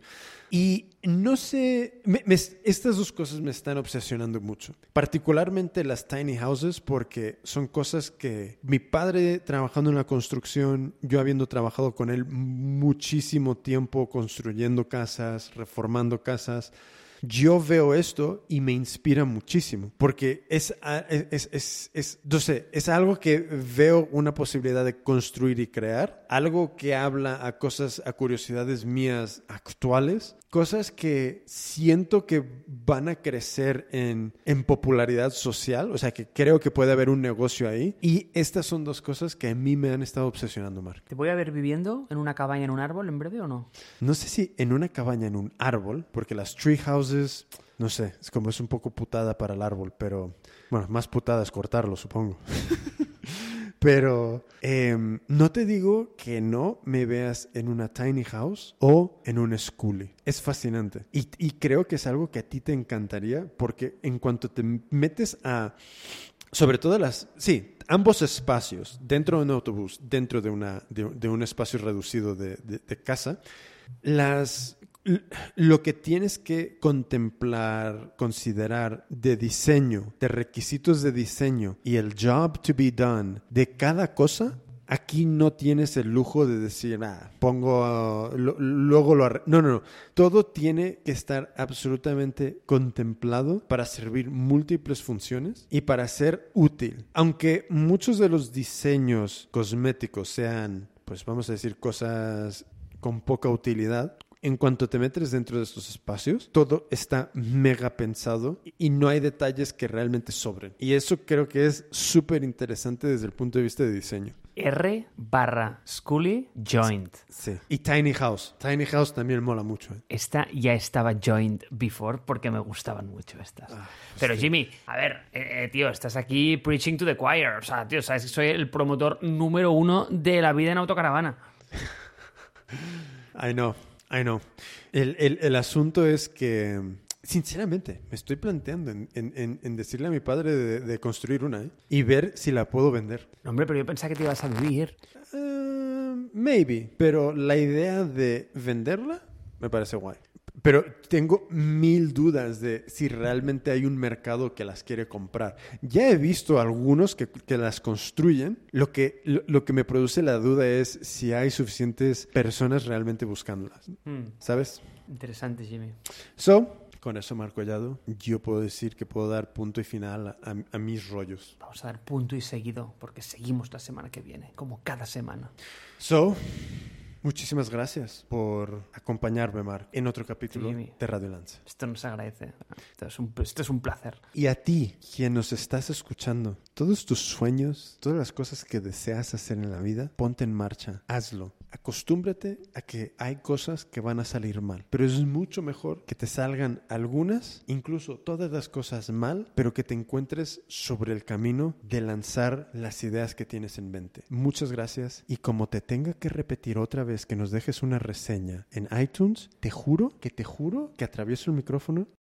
Y no sé, me, me, estas dos cosas me están obsesionando mucho. Particularmente las tiny houses, porque son cosas que mi padre trabajando en la construcción, yo habiendo trabajado con él muchísimo tiempo construyendo casas, reformando casas, yo veo esto y me inspira muchísimo, porque es, es, es, es, no sé, es algo que veo una posibilidad de construir y crear, algo que habla a cosas, a curiosidades mías actuales, cosas que siento que van a crecer en, en popularidad social, o sea que creo que puede haber un negocio ahí, y estas son dos cosas que a mí me han estado obsesionando, Marc. ¿Te voy a ver viviendo en una cabaña en un árbol en breve o no? No sé si en una cabaña en un árbol, porque las tree houses, no sé, es como es un poco putada para el árbol, pero bueno, más putada es cortarlo, supongo. Pero eh, no te digo que no me veas en una tiny house o en un schoolie. Es fascinante. Y, y creo que es algo que a ti te encantaría, porque en cuanto te metes a... Sobre todo las... Sí, ambos espacios, dentro de un autobús, dentro de, una, de, de un espacio reducido de, de, de casa, las... Lo que tienes que contemplar, considerar de diseño, de requisitos de diseño y el job to be done de cada cosa, aquí no tienes el lujo de decir, ah, pongo, uh, lo, luego lo arreglo. No, no, no. Todo tiene que estar absolutamente contemplado para servir múltiples funciones y para ser útil. Aunque muchos de los diseños cosméticos sean, pues vamos a decir, cosas con poca utilidad, en cuanto te metes dentro de estos espacios, todo está mega pensado y no hay detalles que realmente sobren. Y eso creo que es súper interesante desde el punto de vista de diseño. R barra Scully joined. Sí. Y Tiny House. Tiny House también mola mucho. ¿eh? Esta ya estaba joined before porque me gustaban mucho estas. Ah, pues Pero sí. Jimmy, a ver, eh, eh, tío, estás aquí preaching to the choir. O sea, tío, sabes que soy el promotor número uno de la vida en autocaravana. I know, I know. El, el, el asunto es que, sinceramente, me estoy planteando en, en, en decirle a mi padre de, de construir una ¿eh? y ver si la puedo vender. No, hombre, pero yo pensaba que te ibas a vivir. Uh, maybe, pero la idea de venderla me parece guay. Pero tengo mil dudas de si realmente hay un mercado que las quiere comprar. Ya he visto algunos que, que las construyen. Lo que, lo, lo que me produce la duda es si hay suficientes personas realmente buscándolas. Mm. ¿Sabes? Interesante, Jimmy. So, con eso, Marco Collado, yo puedo decir que puedo dar punto y final a, a, a mis rollos. Vamos a dar punto y seguido, porque seguimos la semana que viene, como cada semana. So... muchísimas gracias por acompañarme, Marc, en otro capítulo sí, de Radio Lanza. Esto nos agradece. Esto es, un, esto es un placer. Y a ti, quien nos estás escuchando, todos tus sueños, todas las cosas que deseas hacer en la vida, ponte en marcha, hazlo. Acostúmbrate a que hay cosas que van a salir mal, pero es mucho mejor que te salgan algunas, incluso todas las cosas mal, pero que te encuentres sobre el camino de lanzar las ideas que tienes en mente. Muchas gracias, y como te tenga que repetir otra vez que nos dejes una reseña en iTunes, te juro que te juro que atravieso el micrófono